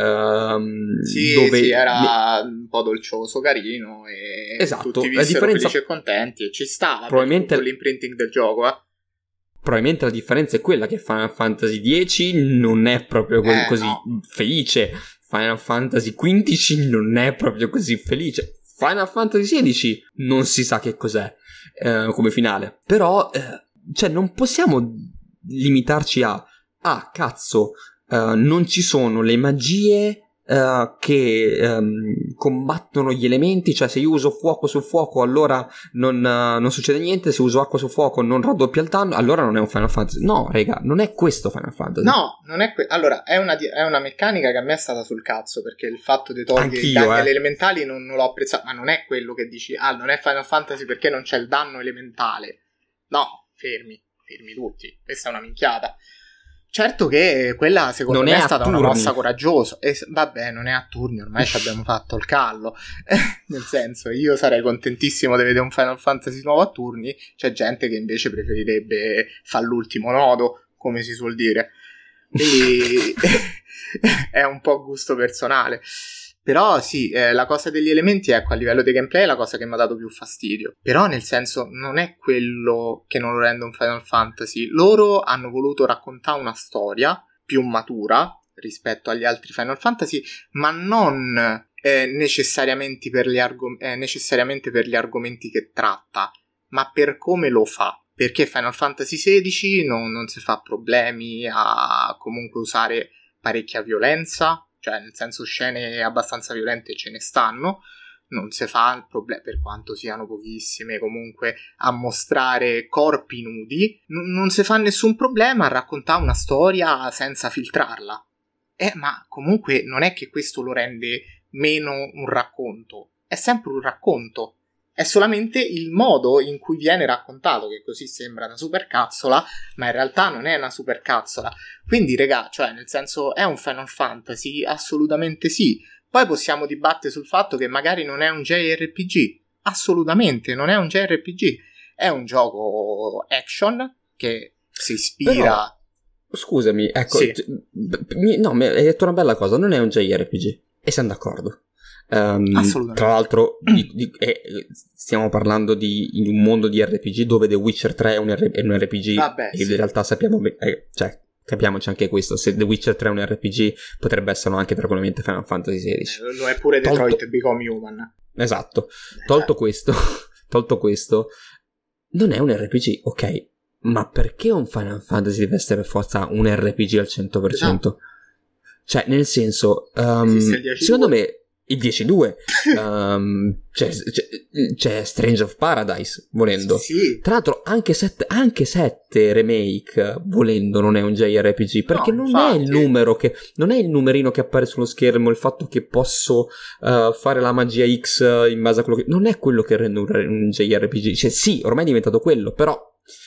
Speaker 2: dove era un po' dolcioso, carino, e
Speaker 1: esatto,
Speaker 2: tutti vissero felici e contenti, e ci stava
Speaker 1: probabilmente
Speaker 2: l'imprinting del gioco.
Speaker 1: Probabilmente la differenza è quella che Final Fantasy X non è proprio così felice, Final Fantasy XV non è proprio così felice, Final Fantasy XVI non si sa che cos'è come finale, però cioè non possiamo limitarci cazzo, non ci sono le magie che combattono gli elementi, cioè se io uso fuoco su fuoco allora non succede niente, se uso acqua su fuoco non raddoppia il danno, allora non è un Final Fantasy. No, raga, non è questo Final Fantasy.
Speaker 2: No, non è allora è una meccanica che a me è stata sul cazzo, perché il fatto di togliere i danni agli elementali non l'ho apprezzato, ma non è quello che dici, non è Final Fantasy perché non c'è il danno elementale. No, fermi tutti, questa è una minchiata. Certo che quella secondo me è stata una mossa coraggiosa. Vabbè, non è a turni, ormai ci abbiamo fatto il callo. Nel senso, io sarei contentissimo di vedere un Final Fantasy nuovo a turni. C'è gente che invece preferirebbe fare l'ultimo nodo, come si suol dire. Quindi è un po' gusto personale. Però sì, la cosa degli elementi, ecco, a livello di gameplay è la cosa che mi ha dato più fastidio. Però nel senso non è quello che non lo rende un Final Fantasy. Loro hanno voluto raccontare una storia più matura rispetto agli altri Final Fantasy, ma non necessariamente per gli argomenti che tratta, ma per come lo fa. Perché Final Fantasy XVI non si fa problemi a comunque usare parecchia violenza, cioè nel senso scene abbastanza violente ce ne stanno, non si fa il problema, per quanto siano pochissime comunque, a mostrare corpi nudi, non si fa nessun problema a raccontare una storia senza filtrarla. Ma comunque non è che questo lo rende meno un racconto, è sempre un racconto, è solamente il modo in cui viene raccontato, che così sembra una supercazzola, ma in realtà non è una supercazzola. Quindi, regà, cioè, nel senso, è un Final Fantasy? Assolutamente sì. Poi possiamo dibattere sul fatto che magari non è un JRPG. Assolutamente, non è un JRPG. È un gioco action che si ispira...
Speaker 1: Però, scusami, ecco...
Speaker 2: Sì.
Speaker 1: No, hai detto una bella cosa, non è un JRPG. E siamo d'accordo.
Speaker 2: Assolutamente.
Speaker 1: Tra l'altro stiamo parlando di un mondo di RPG dove The Witcher 3 è un RPG.
Speaker 2: Vabbè,
Speaker 1: e in realtà sappiamo cioè capiamoci anche questo, se The Witcher 3 è un RPG potrebbe essere anche tranquillamente Final Fantasy XVI.
Speaker 2: Lo è pure Detroit Become Human.
Speaker 1: Esatto. Tolto questo, non è un RPG, ok, ma perché un Final Fantasy deve essere per forza un RPG al 100%? No. Cioè, nel senso, secondo me il 10-2 c'è Strange of Paradise volendo,
Speaker 2: sì.
Speaker 1: Tra l'altro anche 7 remake volendo non è un JRPG, perché non è il numero che non è il numerino che appare sullo schermo, il fatto che posso fare la magia X in base a quello che non è quello che rende un JRPG, cioè sì, ormai è diventato quello, però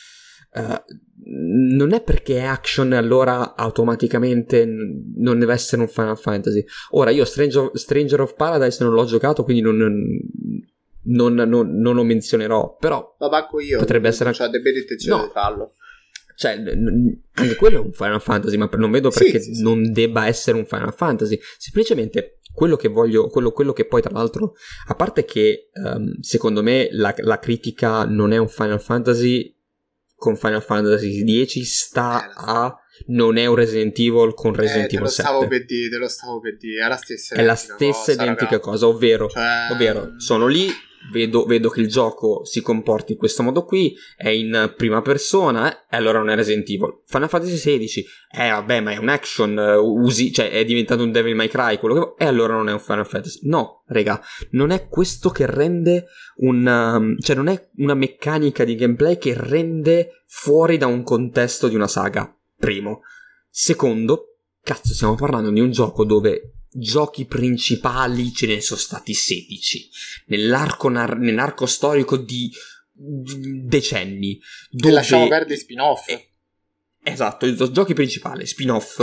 Speaker 1: non è perché è action allora automaticamente non deve essere un Final Fantasy. Ora io Stranger of Paradise non l'ho giocato, quindi non lo menzionerò, però
Speaker 2: io
Speaker 1: potrebbe essere,
Speaker 2: cioè debba intenzione di farlo,
Speaker 1: cioè anche quello è un Final Fantasy, ma non vedo perché non debba essere un Final Fantasy. Semplicemente quello che voglio, quello che poi tra l'altro, a parte che secondo me la critica non è un Final Fantasy con Final Fantasy X non è un Resident Evil con Resident Evil 7.
Speaker 2: Te lo stavo per dire,
Speaker 1: è la stessa identica cosa, ovvero sono lì, vedo che il gioco si comporta in questo modo qui, è in prima persona, e allora non è Resident Evil. Final Fantasy XVI, vabbè, ma è un action, cioè è diventato un Devil May Cry, quello che e allora non è un Final Fantasy. No, raga, non è questo che rende cioè non è una meccanica di gameplay che rende fuori da un contesto di una saga, primo. Secondo, cazzo, stiamo parlando di un gioco dove giochi principali ce ne sono stati 16 nell'arco storico di decenni, dove
Speaker 2: lasciamo perdere spin-off.
Speaker 1: Esatto, i giochi principali, spin-off,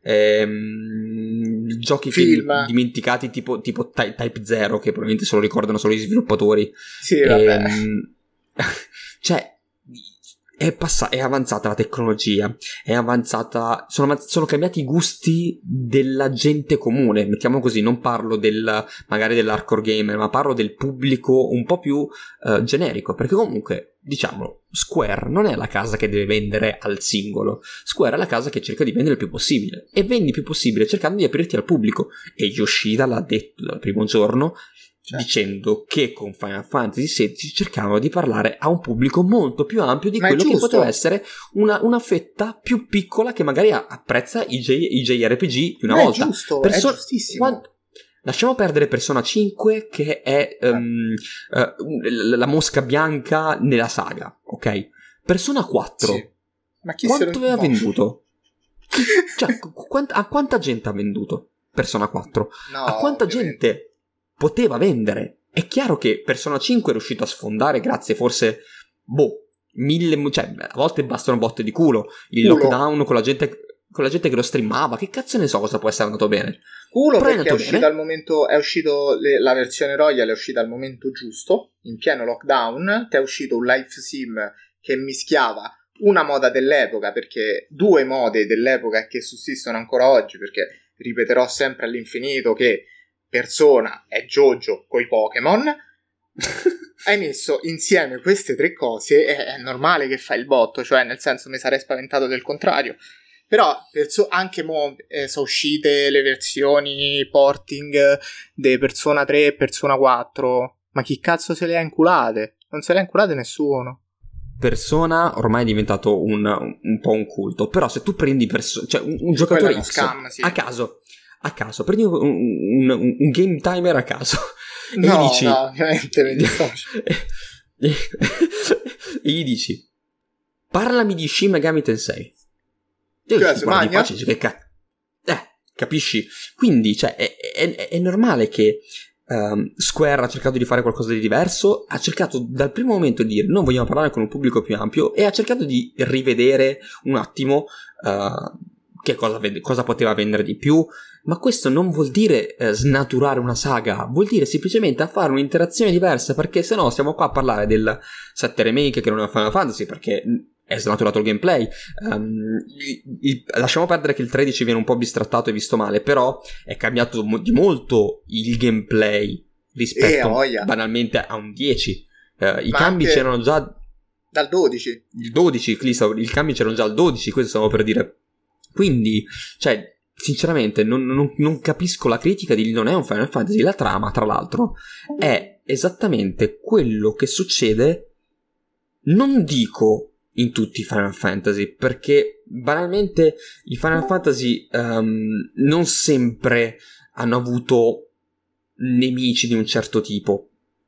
Speaker 1: giochi
Speaker 2: film
Speaker 1: dimenticati tipo Type 0, che probabilmente se lo ricordano solo gli sviluppatori.
Speaker 2: Sì, vabbè.
Speaker 1: Cioè è avanzata la tecnologia, è avanzata, sono cambiati i gusti della gente comune, mettiamo così, non parlo magari dell'hardcore gamer, ma parlo del pubblico un po' più generico, perché comunque, diciamo, Square non è la casa che deve vendere al singolo, Square è la casa che cerca di vendere il più possibile, e vendi il più possibile cercando di aprirti al pubblico, e Yoshida l'ha detto dal primo giorno, dicendo che con Final Fantasy XVI cercavano di parlare a un pubblico molto più ampio di quello che poteva essere una fetta più piccola che magari apprezza i JRPG di una volta.
Speaker 2: È giusto, è giustissimo.
Speaker 1: Lasciamo perdere Persona 5, che è la mosca bianca nella saga, ok? Persona 4, sì.
Speaker 2: Ma chi
Speaker 1: quanto aveva venduto? Cioè, a quanta gente ha venduto Persona 4?
Speaker 2: No,
Speaker 1: a quanta gente poteva vendere? È chiaro che Persona 5 è riuscito a sfondare grazie forse 1000, cioè a volte bastano botte di culo, il lockdown con la gente che lo streamava, che cazzo ne so cosa può essere andato bene.
Speaker 2: Culo, perché è uscito al momento, la versione Royal è uscita al momento giusto, in pieno lockdown, ti è uscito un live sim che mischiava una moda dell'epoca, perché due mode dell'epoca che sussistono ancora oggi, perché ripeterò sempre all'infinito che Persona è JoJo coi Pokémon. Hai messo insieme queste tre cose, è normale che fa il botto, cioè nel senso mi sarei spaventato del contrario. Però anche sono uscite le versioni porting di Persona 3 e Persona 4, ma chi cazzo se le ha inculate? Non se le ha inculate nessuno.
Speaker 1: Persona ormai è diventato un po' un culto, però se tu prendi cioè un giocatore X
Speaker 2: scam, sì.
Speaker 1: a caso, prendi un game timer a caso e gli dici parlami di Shin Megami Tensei, capisci? Quindi cioè, è normale che Square ha cercato di fare qualcosa di diverso, ha cercato dal primo momento di dire non vogliamo parlare con un pubblico più ampio, e ha cercato di rivedere un attimo che cosa poteva vendere di più. Ma questo non vuol dire snaturare una saga, vuol dire semplicemente fare un'interazione diversa, perché sennò stiamo qua a parlare del 7 remake che non è Final Fantasy perché è snaturato il gameplay. Lasciamo perdere che il 13 viene un po' bistrattato e visto male, però è cambiato di molto il gameplay rispetto banalmente a un 10. I cambi c'erano già
Speaker 2: dal 12.
Speaker 1: Il 12, i cambi c'erano già al 12, questo stavo per dire. Quindi, cioè, sinceramente non capisco la critica di non è un Final Fantasy. La trama, tra l'altro, è esattamente quello che succede, non dico in tutti i Final Fantasy, perché banalmente i Final Fantasy non sempre hanno avuto nemici di un certo tipo.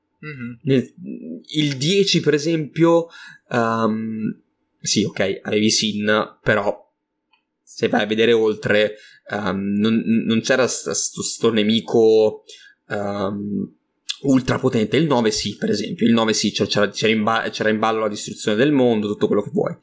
Speaker 1: Il 10 per esempio, sì, ok, avevi Sin, però se vai a vedere oltre, non c'era sto nemico ultra potente. Il 9 sì, per esempio, il 9 sì, c'era in ballo la distruzione del mondo, tutto quello che vuoi.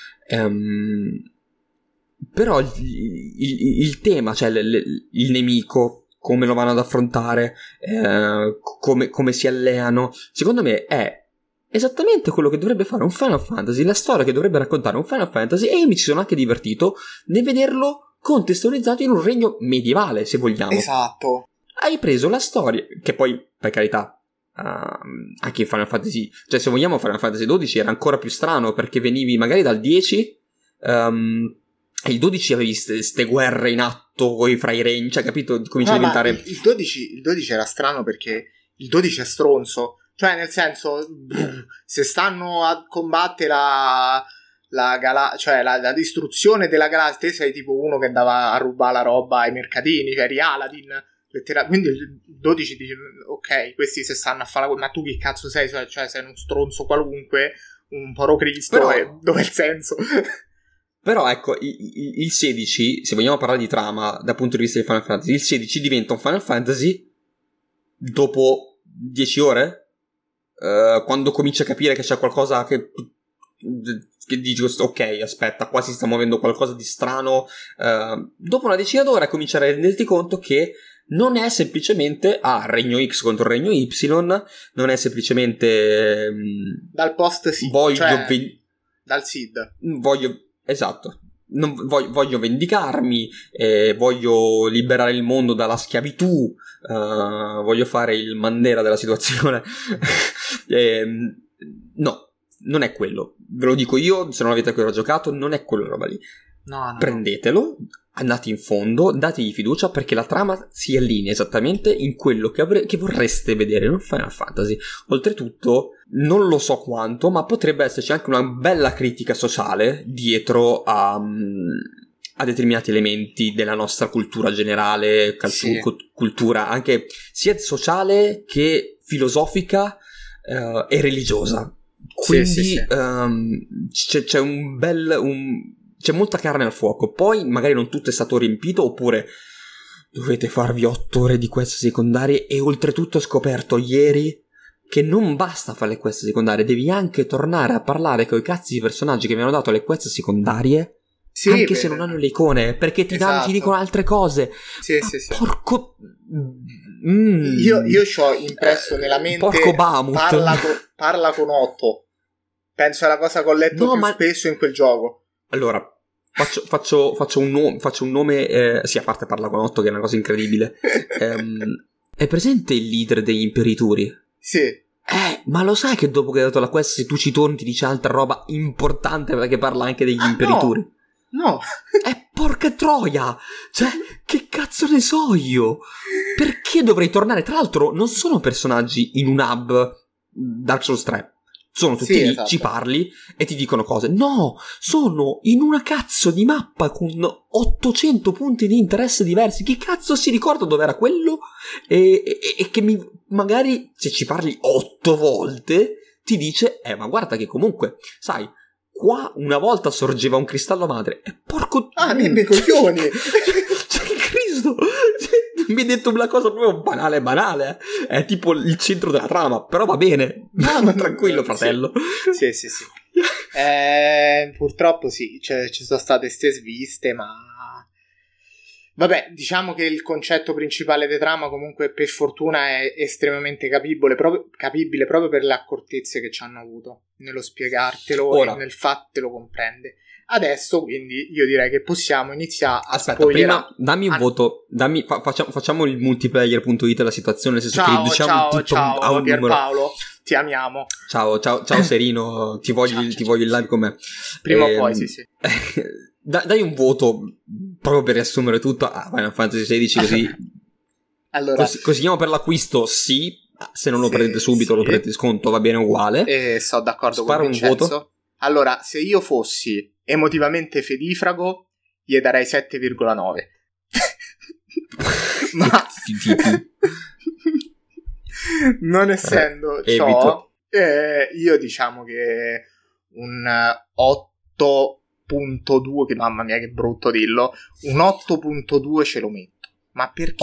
Speaker 1: Però il tema, cioè il nemico, come lo vanno ad affrontare, come si alleano, secondo me è esattamente quello che dovrebbe fare un Final Fantasy, la storia che dovrebbe raccontare un Final Fantasy, e io mi ci sono anche divertito nel vederlo contestualizzato in un regno medievale, se vogliamo.
Speaker 2: Esatto.
Speaker 1: Hai preso la storia, che poi, per carità, anche in Final Fantasy, cioè se vogliamo Final Fantasy 12 era ancora più strano, perché venivi magari dal 10, e il 12 avevi ste guerre in atto fra i regni, cioè capito? Comincia a diventare...
Speaker 2: Il 12 era strano perché il 12 è stronzo, cioè nel senso, se stanno a combattere la distruzione della galassia, te sei tipo uno che andava a rubare la roba ai mercatini, cioè eri Aladdin, quindi il 12 dice ok, questi se stanno a fare ma tu che cazzo sei? Cioè sei uno stronzo qualunque, un poro Cristo, però... dov'è il senso?
Speaker 1: Però ecco, il 16, se vogliamo parlare di trama dal punto di vista di Final Fantasy, il 16 diventa un Final Fantasy dopo 10 ore, quando cominci a capire che c'è qualcosa che dici ok, aspetta, qua si sta muovendo qualcosa di strano, dopo una decina d'ore cominci a renderti conto che non è semplicemente Regno X contro Regno Y, non è semplicemente
Speaker 2: dal post SID, dal SID
Speaker 1: esatto, voglio vendicarmi, voglio liberare il mondo dalla schiavitù, voglio fare il Mandela della situazione. No, non è quello, ve lo dico io, se non avete ancora giocato, non è quella roba lì.
Speaker 2: No.
Speaker 1: Prendetelo, andate in fondo, dategli fiducia, perché la trama si allinea esattamente in quello che vorreste vedere in un Final Fantasy. Oltretutto, non lo so quanto, ma potrebbe esserci anche una bella critica sociale dietro a determinati elementi della nostra cultura generale, cultura anche sia sociale che filosofica e religiosa. Quindi c'è un bel... c'è molta carne al fuoco. Poi magari non tutto è stato riempito, oppure dovete farvi 8 ore di quest secondarie, e oltretutto ho scoperto ieri che non basta fare le quest secondarie, devi anche tornare a parlare con i cazzi di personaggi che mi hanno dato le quest secondarie, anche se non hanno le icone, perché ti dicono altre cose.
Speaker 2: Sì.
Speaker 1: Porco...
Speaker 2: Io c'ho impresso nella mente
Speaker 1: porco Bahamut.
Speaker 2: Parla con 8. Penso è la cosa che ho letto spesso in quel gioco.
Speaker 1: Allora, faccio un nome, sì, a parte parla con 8, che è una cosa incredibile. È presente il leader degli imperitori?
Speaker 2: Sì.
Speaker 1: Ma lo sai che dopo che hai dato la quest, se tu ci torni ti dice altra roba importante, perché parla anche degli imperitori?
Speaker 2: No.
Speaker 1: Porca troia! Cioè, che cazzo ne so io? Perché dovrei tornare? Tra l'altro, non sono personaggi in un hub Dark Souls 3. Sono tutti lì, esatto. Ci parli e ti dicono cose. No, sono in una cazzo di mappa con 800 punti di interesse diversi. Chi cazzo si ricorda dove era quello? E che magari se ci parli 8 volte ti dice, ma guarda che comunque, sai, qua una volta sorgeva un cristallo madre. E porco...
Speaker 2: nemmeno coglioni!
Speaker 1: Cioè, Cristo! Mi hai detto una cosa proprio banale. È tipo il centro della trama, però va bene. Tranquillo, fratello.
Speaker 2: Sì. Purtroppo sì, ci sono state ste sviste, ma vabbè, diciamo che il concetto principale di trama comunque per fortuna è estremamente capibile proprio per le accortezze che ci hanno avuto nello spiegartelo. Ora, e nel fatto comprende. Adesso quindi io direi che possiamo iniziare a
Speaker 1: prima dammi un voto, facciamo il multiplayer.it la situazione, nel senso che diciamo tutto a un
Speaker 2: Pierpaolo,
Speaker 1: numero.
Speaker 2: Ti amiamo.
Speaker 1: Ciao Serino, ti voglio in live con me.
Speaker 2: Prima o poi, sì.
Speaker 1: Dai un voto proprio per riassumere tutto a Final Fantasy XVI, così.
Speaker 2: Allora,
Speaker 1: consigliamo per l'acquisto, sì. Se non lo prendete subito, lo prendete di sconto, va bene uguale.
Speaker 2: Sono d'accordo
Speaker 1: Spara
Speaker 2: con Vincenzo.
Speaker 1: un voto.
Speaker 2: Allora, se io fossi emotivamente fedifrago, gli darei 7,9. Ma non essendo ciò, io diciamo che un 8.2, che mamma mia che brutto dirlo, un 8.2 ce lo metto. Ma perché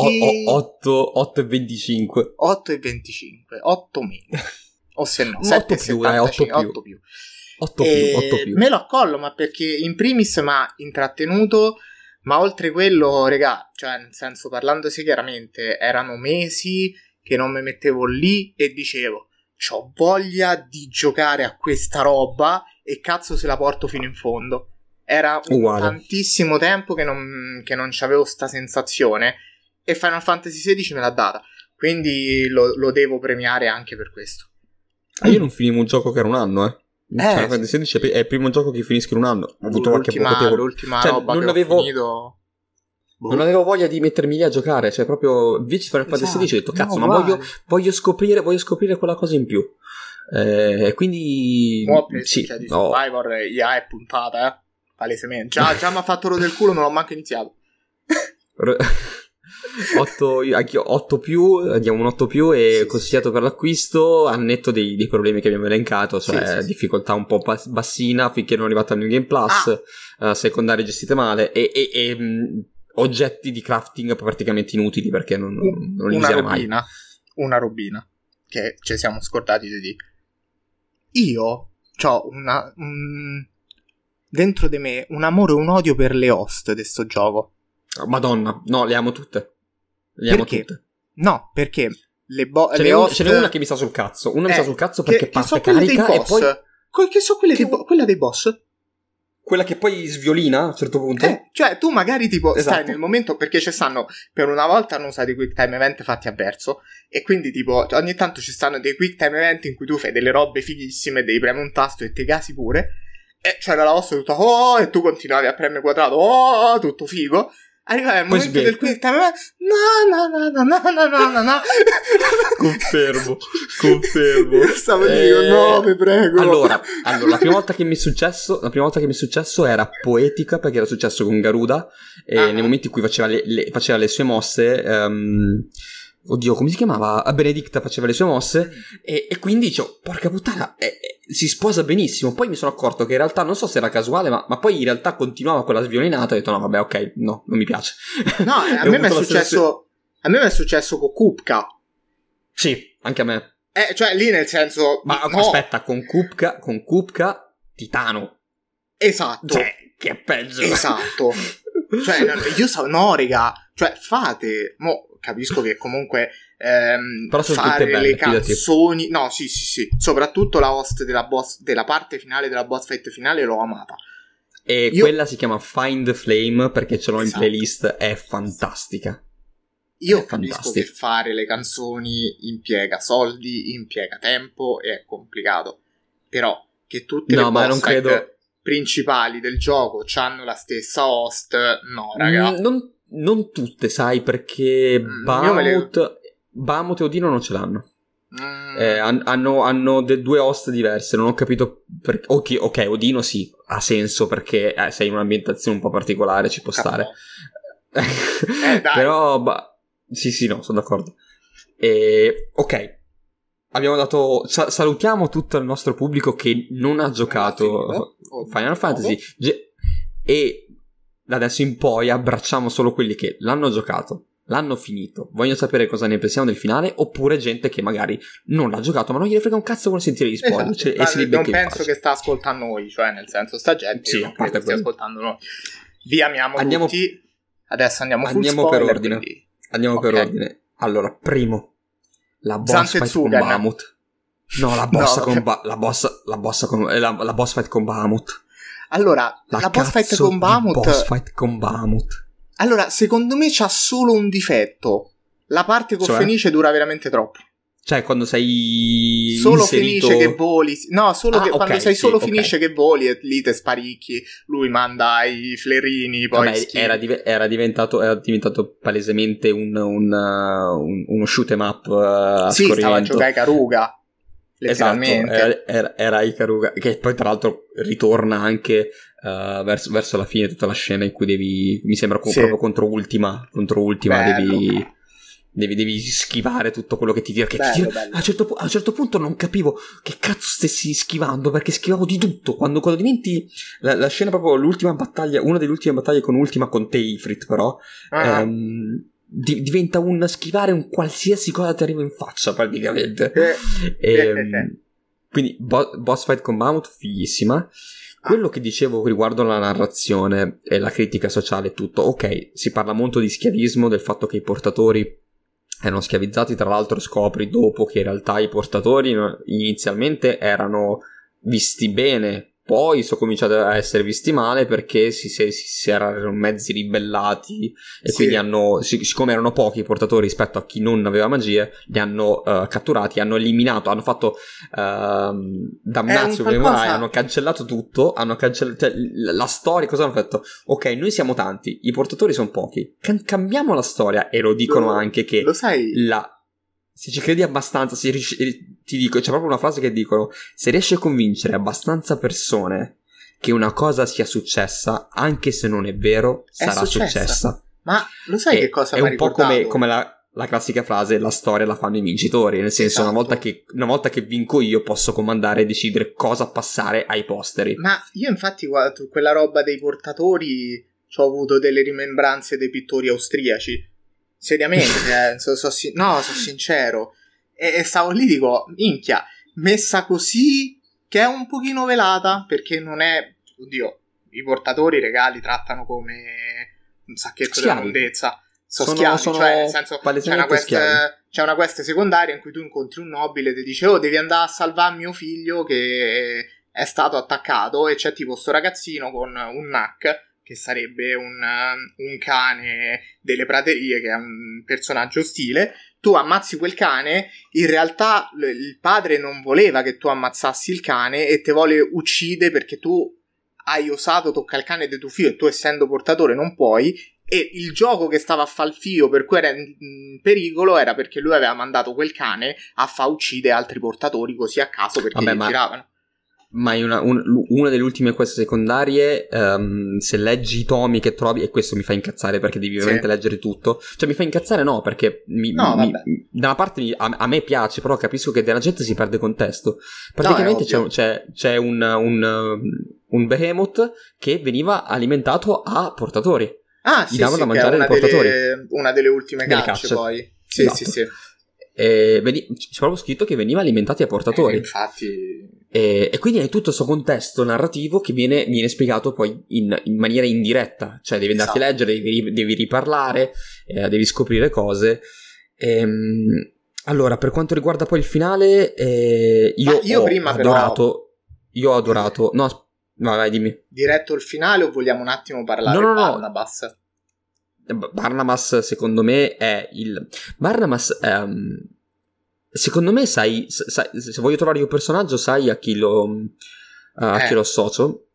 Speaker 1: 8,25
Speaker 2: 8,25 8 meno o se no
Speaker 1: 8 più.
Speaker 2: Me lo accollo, ma perché in primis mi ha intrattenuto, ma oltre quello, regà, cioè nel senso, parlandosi chiaramente, erano mesi che non mi mettevo lì e dicevo c'ho voglia di giocare a questa roba e cazzo se la porto fino in fondo. Era tantissimo tempo che non c'avevo sta sensazione, e Final Fantasy XVI me l'ha data, quindi lo devo premiare anche per questo.
Speaker 1: Io non finivo un gioco che era un anno, Final Fantasy XVI è il primo gioco che finisco in un anno. Ho avuto
Speaker 2: l'ultima roba
Speaker 1: non
Speaker 2: che
Speaker 1: avevo
Speaker 2: ho finito.
Speaker 1: Non avevo voglia di mettermi lì a giocare, cioè proprio invece Final Fantasy XVI ho detto cazzo, ma voglio scoprire quella cosa in più. Quindi sì,
Speaker 2: di Survivor IA è puntata, palesemente. Già mi ha fatto rotto del culo, non l'ho manco iniziato.
Speaker 1: 8 più, andiamo un 8 più e consigliato per l'acquisto, al netto dei problemi che abbiamo elencato, cioè difficoltà un po' bassina finché non è arrivata nel Game Plus, secondarie gestite male e oggetti di crafting praticamente inutili perché non li userei mai.
Speaker 2: Una robina che ci siamo scordati di dire. Io c'ho dentro di me un amore e un odio per le host di sto gioco.
Speaker 1: Madonna, no, le amo tutte. Tutte.
Speaker 2: No, perché le host...
Speaker 1: Ce n'è una che mi sta sul cazzo. Una mi sta sul cazzo perché parte carica e poi...
Speaker 2: Che so quella dei boss?
Speaker 1: Quella che poi sviolina a un certo punto.
Speaker 2: Cioè tu magari tipo stai nel momento, perché ci stanno, per una volta hanno usato i quick time event fatti a verso, e quindi tipo ogni tanto ci stanno dei quick time event in cui tu fai delle robe fighissime, devi premere un tasto e te gasi pure, e c'era la vostra tutta e tu continuavi a premere quadrato, tutto figo. Arriva il momento del quick time event, no.
Speaker 1: Confermo.
Speaker 2: Stavo dicendo no, vi prego.
Speaker 1: Allora, la prima volta che mi è successo era poetica, perché era successo con Garuda, nei momenti in cui faceva le sue mosse, oddio, come si chiamava? Benedicta faceva le sue mosse, e quindi dicevo, porca puttana, si sposa benissimo. Poi mi sono accorto che in realtà, non so se era casuale, ma poi in realtà continuava con la sviolinata, e ho detto no, vabbè, ok, no, non mi piace.
Speaker 2: No, a me mi è successo con Kupka.
Speaker 1: Sì, anche a me.
Speaker 2: Cioè lì nel senso...
Speaker 1: Ma aspetta, con Kupka, Titano.
Speaker 2: Esatto.
Speaker 1: Cioè, che è peggio.
Speaker 2: Esatto. Cioè, no, raga, cioè fate... Capisco che comunque
Speaker 1: però sono
Speaker 2: fare
Speaker 1: belle,
Speaker 2: le canzoni... No, sì. Soprattutto la host della parte finale, della boss fight finale, l'ho amata.
Speaker 1: E quella si chiama Find the Flame, perché ce l'ho in playlist, è fantastica.
Speaker 2: Io capisco che fare le canzoni impiega soldi, impiega tempo e è complicato. Però che tutte le boss fight principali del gioco hanno la stessa host, no, raga.
Speaker 1: Non tutte, sai, perché Bahamut e Odino non ce l'hanno. Hanno due host diverse. Non ho capito perché. Ok, Odino sì, ha senso perché sei in un'ambientazione un po' particolare, ci può stare.
Speaker 2: Dai.
Speaker 1: Però sì, no, sono d'accordo. Ok, abbiamo dato... salutiamo tutto il nostro pubblico che non ha giocato Final Fantasy e da adesso in poi abbracciamo solo quelli che l'hanno giocato, l'hanno finito, vogliono sapere cosa ne pensiamo del finale, oppure gente che magari non l'ha giocato ma non gliene frega un cazzo, vuole sentire gli spoiler,
Speaker 2: non penso che sta ascoltando noi, cioè nel senso sta gente
Speaker 1: sì,
Speaker 2: non credo stia ascoltando noi. Vi amiamo tutti. Adesso andiamo
Speaker 1: per ordine. Quindi... Andiamo per ordine. Allora, primo, la boss fight con Bahamut. No, la boss fight con Bahamut.
Speaker 2: Allora, la boss fight con
Speaker 1: Bahamut.
Speaker 2: Allora, secondo me c'ha solo un difetto. La parte con Fenice dura veramente troppo.
Speaker 1: Cioè, quando sei
Speaker 2: solo
Speaker 1: inserito...
Speaker 2: finisce che voli. No, solo che quando sei solo
Speaker 1: sì,
Speaker 2: finisce che voli e lì te sparicchi. Lui manda i flerini, poi
Speaker 1: vabbè, era diventato palesemente uno shoot 'em up a
Speaker 2: sì,
Speaker 1: scorrimento.
Speaker 2: stava a giocare Ikaruga.
Speaker 1: Esatto, era Ikaruga, che poi tra l'altro ritorna anche verso la fine, tutta la scena in cui mi sembra proprio contro Ultima devi schivare tutto quello che ti tira.
Speaker 2: Bello.
Speaker 1: A un certo punto non capivo che cazzo stessi schivando, perché schivavo di tutto. Quando diventi la scena, proprio l'ultima battaglia, una delle ultime battaglie con Ultima, con te Ifrit, però diventa un schivare un qualsiasi cosa ti arriva in faccia praticamente. Quindi boss fight con Mammoth, fighissima. Quello che dicevo riguardo la narrazione e la critica sociale e tutto, ok, si parla molto di schiavismo, del fatto che i portatori erano schiavizzati. Tra l'altro scopri dopo che in realtà i portatori inizialmente erano visti bene, poi sono cominciati a essere visti male perché si erano mezzi ribellati e quindi siccome erano pochi i portatori rispetto a chi non aveva magie, li hanno catturati, hanno eliminato, hanno fatto damnazio, hanno cancellato tutto, cioè, la storia. Cosa hanno fatto? Ok, noi siamo tanti, i portatori sono pochi, cambiamo la storia. E lo dicono anche che
Speaker 2: lo sai,
Speaker 1: se ci credi abbastanza, ti dico, c'è proprio una frase che dicono: se riesci a convincere abbastanza persone che una cosa sia successa, anche se non è vero, sarà successa.
Speaker 2: Ma lo sai che cosa
Speaker 1: è
Speaker 2: mi ha
Speaker 1: un po'
Speaker 2: ricordato?
Speaker 1: come la classica frase: la storia la fanno i vincitori. Nel senso,
Speaker 2: esatto.
Speaker 1: una volta che vinco io, posso comandare e decidere cosa passare ai posteri.
Speaker 2: Ma io infatti, guarda, quella roba dei portatori, ho avuto delle rimembranze dei pittori austriaci. Seriamente, sono sincero. E stavo lì, dico, minchia, messa così, che è un pochino velata, perché non è... Oddio, i portatori regali trattano come un sacchetto della mondezza. Sono schiavi, cioè nel senso c'è una quest secondaria in cui tu incontri un nobile e ti dice: oh, devi andare a salvare mio figlio che è stato attaccato, e c'è tipo sto ragazzino con un Knack, che sarebbe un cane delle praterie, che è un personaggio ostile. Tu ammazzi quel cane, in realtà il padre non voleva che tu ammazzassi il cane e te vuole uccidere perché tu hai osato toccare il cane di tuo figlio e tu, essendo portatore, non puoi. E il gioco che stava a far il figlio, per cui era in pericolo, era perché lui aveva mandato quel cane a far uccidere altri portatori così a caso, perché li giravano.
Speaker 1: Ma è una delle ultime queste secondarie, se leggi i tomi che trovi, e questo mi fa incazzare perché devi veramente leggere tutto. Cioè mi fa incazzare no, perché da una parte a me piace, però capisco che della gente si perde contesto. Praticamente c'è un behemoth che veniva alimentato a portatori.
Speaker 2: Gli davano da mangiare ai portatori. Una delle ultime cacce poi. Sì,
Speaker 1: esatto.
Speaker 2: sì.
Speaker 1: C'è proprio scritto che veniva alimentati a portatori.
Speaker 2: Infatti.
Speaker 1: E quindi hai tutto questo contesto narrativo che viene spiegato poi in maniera indiretta. Cioè devi andarti a leggere, devi riparlare, devi scoprire cose. Allora, per quanto riguarda poi il finale, io ho adorato. No, vai, dimmi.
Speaker 2: Diretto il finale o vogliamo un attimo parlare di Barnabas?
Speaker 1: Barnabas secondo me è Barnabas secondo me sai, se voglio trovare io un personaggio, sai a chi lo associo?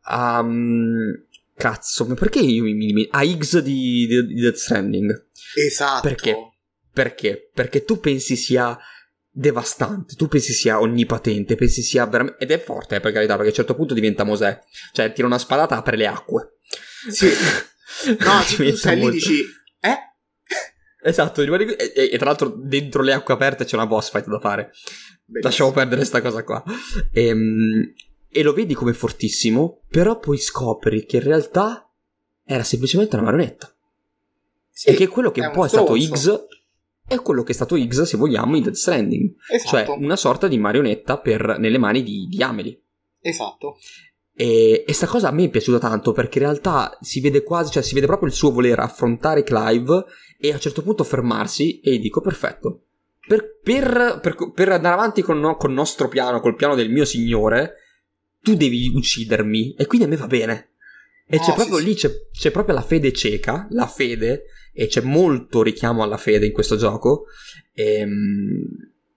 Speaker 1: Cazzo, ma perché io a Higgs di Death Stranding?
Speaker 2: Esatto.
Speaker 1: Perché? Perché tu pensi sia devastante, tu pensi sia onnipotente, pensi sia veramente, ed è forte per carità, perché a un certo punto diventa Mosè, cioè tira una spadata, apre le acque.
Speaker 2: Sì. No, tu stai lì, dici
Speaker 1: esatto, e tra l'altro dentro le acque aperte c'è una boss fight da fare. Bellissimo. Lasciamo perdere sta cosa qua. E lo vedi come fortissimo, però poi scopri che in realtà era semplicemente una marionetta. Sì, e che quello che un po' è stato Higgs è quello che è stato Higgs, se vogliamo, in Death Stranding.
Speaker 2: Esatto.
Speaker 1: Cioè una sorta di marionetta nelle mani di Amelie.
Speaker 2: Esatto.
Speaker 1: E sta cosa a me è piaciuta tanto, perché in realtà si vede proprio il suo voler affrontare Clive e a un certo punto fermarsi, e dico perfetto, per andare avanti con il nostro piano, col piano del mio signore, tu devi uccidermi, e quindi a me va bene. E c'è proprio lì c'è proprio la fede cieca, la fede, e c'è molto richiamo alla fede in questo gioco,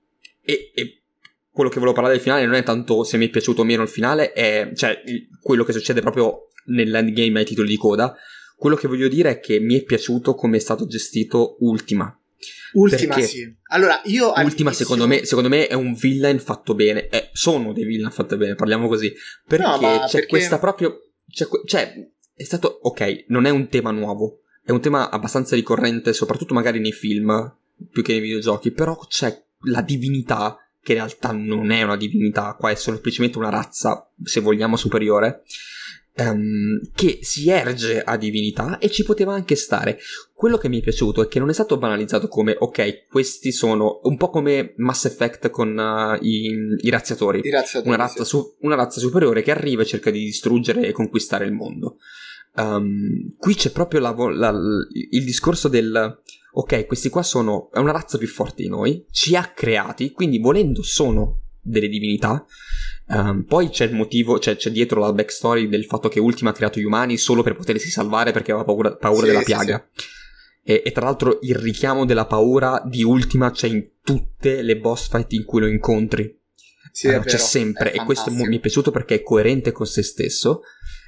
Speaker 1: E quello che volevo parlare del finale non è tanto se mi è piaciuto o meno il finale, è cioè quello che succede proprio nell'endgame ai titoli di coda. Quello che voglio dire è che mi è piaciuto come è stato gestito Ultima.
Speaker 2: Ultima, sì. Allora, io
Speaker 1: Ultima secondo me è un villain fatto bene. Sono dei villain fatti bene, parliamo così. Perché questa proprio... Cioè, è stato... Ok, non è un tema nuovo. È un tema abbastanza ricorrente, soprattutto magari nei film, più che nei videogiochi. Però c'è la divinità, che in realtà non è una divinità. Qua è semplicemente una razza, se vogliamo, superiore. Che si erge a divinità e ci poteva anche stare. Quello che mi è piaciuto è che non è stato banalizzato come ok, questi sono un po' come Mass Effect con i razziatori, una razza superiore che arriva e cerca di distruggere e conquistare il mondo. Qui c'è proprio il discorso del ok, questi qua è una razza più forte di noi, ci ha creati, quindi volendo sono delle divinità. Poi c'è il motivo, c'è dietro la backstory del fatto che Ultima ha creato gli umani solo per potersi salvare perché aveva paura della piaga. Sì. E tra l'altro il richiamo della paura di Ultima c'è in tutte le boss fight in cui lo incontri.
Speaker 2: Sì,
Speaker 1: c'è sempre, e questo mi è piaciuto perché è coerente con se stesso.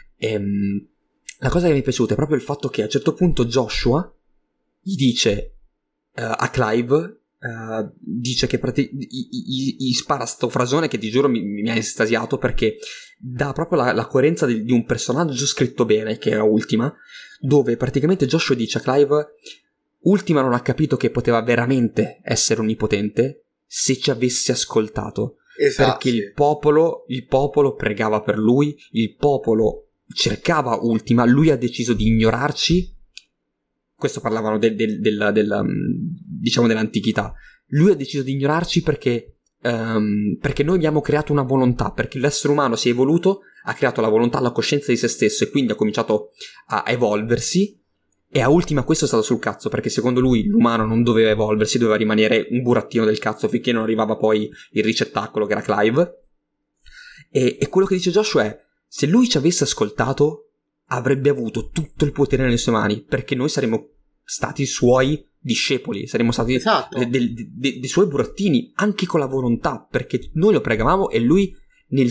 Speaker 1: La cosa che mi è piaciuta è proprio il fatto che a un certo punto Joshua gli dice a Clive, dice che gli spara sto frasone che ti giuro mi ha estasiato, perché dà proprio la coerenza di un personaggio scritto bene, che è Ultima, dove praticamente Joshua dice a Clive: Ultima non ha capito che poteva veramente essere onnipotente se ci avesse ascoltato. Esatto, perché il popolo pregava per lui, il popolo cercava Ultima, lui ha deciso di ignorarci. Questo parlavano diciamo dell'antichità. Lui ha deciso di ignorarci perché noi abbiamo creato una volontà, perché l'essere umano si è evoluto, ha creato la volontà, la coscienza di se stesso e quindi ha cominciato a evolversi. E a Ultima questo è stato sul cazzo, perché secondo lui l'umano non doveva evolversi, doveva rimanere un burattino del cazzo finché non arrivava poi il ricettacolo che era Clive. E quello che dice Joshua è: se lui ci avesse ascoltato avrebbe avuto tutto il potere nelle sue mani, perché noi saremmo stati suoi discepoli, saremmo stati dei suoi burattini, anche con la volontà, perché noi lo pregavamo e lui nella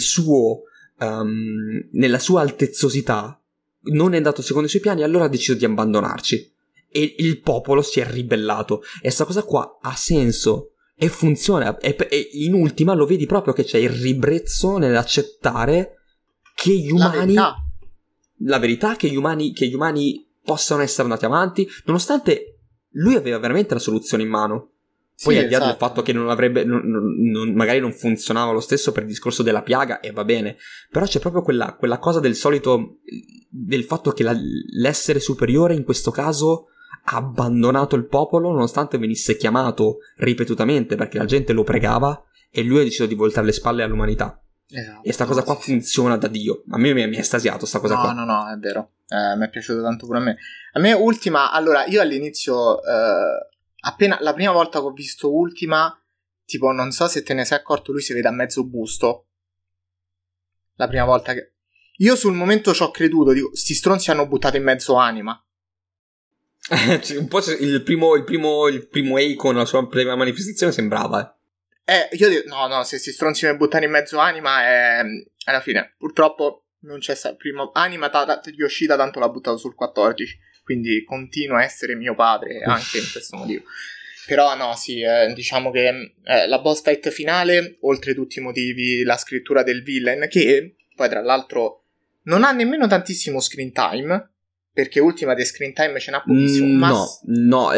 Speaker 1: sua altezzosità non è andato secondo i suoi piani, allora ha deciso di abbandonarci e il popolo si è ribellato. E sta cosa qua ha senso e funziona, e in Ultima lo vedi proprio che c'è il ribrezzo nell'accettare che gli umani, la verità che gli umani possano essere andati avanti, nonostante lui aveva veramente la soluzione in mano. Poi al di là del fatto che non avrebbe magari non funzionava lo stesso per il discorso della piaga, e va bene, però c'è proprio quella cosa del solito, del fatto che l'essere superiore in questo caso ha abbandonato il popolo nonostante venisse chiamato ripetutamente, perché la gente lo pregava e lui ha deciso di voltare le spalle all'umanità. Esatto, e sta cosa qua funziona da Dio. A me mi è estasiato sta cosa qua.
Speaker 2: No, è vero. Mi è piaciuto tanto pure a me. A me Ultima, allora, io all'inizio appena la prima volta che ho visto Ultima, tipo, non so se te ne sei accorto, lui si vede a mezzo busto. La prima volta che io sul momento ci ho creduto, dico, sti stronzi hanno buttato in mezzo Anima.
Speaker 1: Un po' il primo Akon, la sua prima manifestazione sembrava.
Speaker 2: Io dico, no, se sti stronzi mi buttano in mezzo Anima è alla fine. Purtroppo non c'è stato. Prima Anima Yoshida tanto l'ha buttato sul 14, quindi continua a essere mio padre anche in questo motivo. Però no, sì, diciamo che la boss fight finale, oltre tutti i motivi, la scrittura del villain, che poi tra l'altro non ha nemmeno tantissimo screen time, perché Ultima di screen time ce n'ha pochissimo.
Speaker 1: No,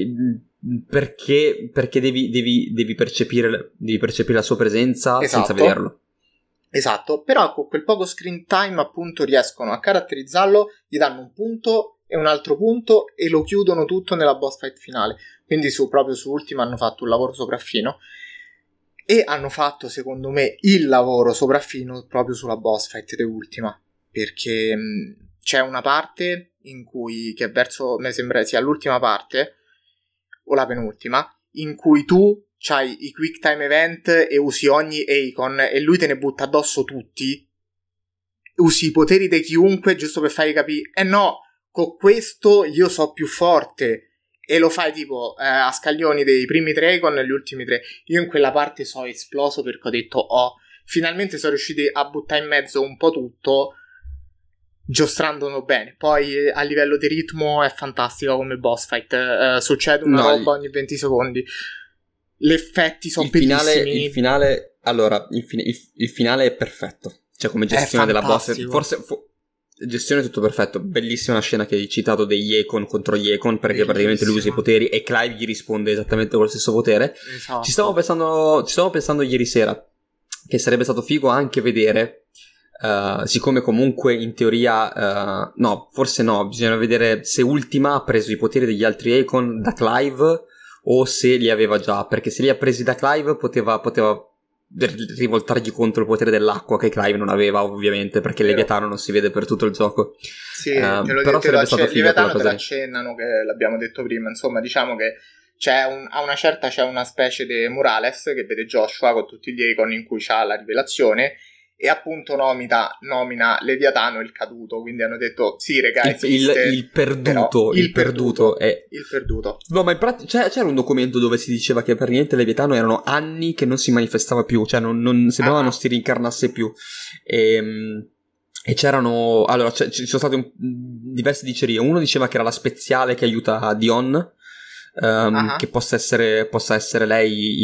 Speaker 1: perché devi percepire la sua presenza, esatto, senza vederlo.
Speaker 2: Esatto, però con quel poco screen time appunto riescono a caratterizzarlo, gli danno un punto e un altro punto e lo chiudono tutto nella boss fight finale. Quindi proprio su Ultima hanno fatto un lavoro sopraffino e hanno fatto secondo me il lavoro sopraffino proprio sulla boss fight di Ultima, perché c'è una parte in cui, che verso, mi sembra sia l'ultima parte o la penultima, in cui tu c'hai i quick time event e usi ogni Akon e lui te ne butta addosso tutti, usi i poteri di chiunque giusto per fargli capire no, con questo io so più forte, e lo fai tipo a scaglioni dei primi 3 con gli ultimi 3. Io in quella parte sono esploso perché ho detto finalmente sono riusciti a buttare in mezzo un po' tutto, giostrandolo bene. Poi a livello di ritmo è fantastico come boss fight, succede una roba ogni 20 secondi. Gli effetti sono bellissimi.
Speaker 1: Il finale è perfetto, cioè come gestione della boss gestione tutto perfetto. Bellissima la scena che hai citato degli Econ contro gli Econ, perché praticamente lui usa i poteri e Clive gli risponde esattamente con lo stesso potere.
Speaker 2: Esatto.
Speaker 1: Ci stavo pensando ieri sera che sarebbe stato figo anche vedere, siccome comunque in teoria no, forse no, bisogna vedere se Ultima ha preso i poteri degli altri Econ da Clive o se li aveva già, perché se li ha presi da Clive poteva rivoltargli contro il potere dell'acqua che Clive non aveva, ovviamente, perché il Leviatano non si vede per tutto il gioco.
Speaker 2: Sì, te lo
Speaker 1: però sarebbe stato figo
Speaker 2: Leviatano
Speaker 1: quella
Speaker 2: te
Speaker 1: cosa.
Speaker 2: l'accennano, che l'abbiamo detto prima, insomma, diciamo che a una certa c'è una specie di Morales che vede Joshua con tutti gli Econ in cui c'ha la rivelazione e appunto nomina Leviatano il caduto, quindi hanno detto sì raga,
Speaker 1: il perduto. No, ma in pratica c'era un documento dove si diceva che per niente Leviatano erano anni che non si manifestava più, cioè non sembrava non si rincarnasse più, e c'erano, allora ci sono state diverse dicerie. Uno diceva che era la speziale che aiuta Dion, che possa essere lei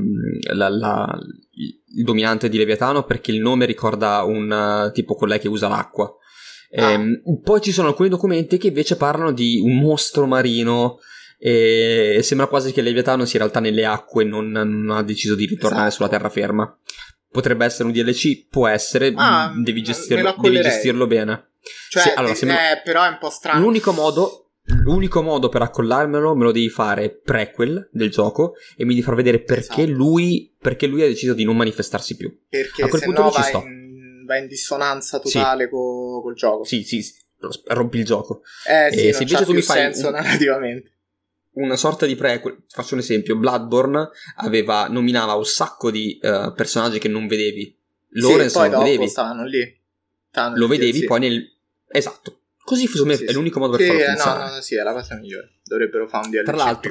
Speaker 1: il dominante di Leviatano, perché il nome ricorda un tipo colei che usa l'acqua. Poi ci sono alcuni documenti che invece parlano di un mostro marino, e sembra quasi che Leviatano sia in realtà nelle acque, non ha deciso di ritornare sulla terraferma. Potrebbe essere un DLC, può essere, devi gestirlo bene.
Speaker 2: Cioè,
Speaker 1: sì, allora,
Speaker 2: però è un po' strano.
Speaker 1: L'unico modo per accollarmelo me lo devi fare prequel del gioco e mi devi far vedere perché lui ha deciso di non manifestarsi più.
Speaker 2: Perché
Speaker 1: a quel
Speaker 2: se
Speaker 1: punto
Speaker 2: no
Speaker 1: ci sto.
Speaker 2: va in dissonanza totale col gioco.
Speaker 1: Sì, rompi il gioco.
Speaker 2: Sì,
Speaker 1: se invece tu mi fai
Speaker 2: senso narrativamente.
Speaker 1: Una sorta di prequel, faccio un esempio, Bloodborne nominava un sacco di personaggi che non vedevi. Lawrence
Speaker 2: poi
Speaker 1: non vedevi.
Speaker 2: stavano lì.
Speaker 1: Lo vedevi poi esatto. Così secondo me è l'unico modo per farlo funzionare.
Speaker 2: No, sì, è la cosa migliore. Dovrebbero fare un DLC.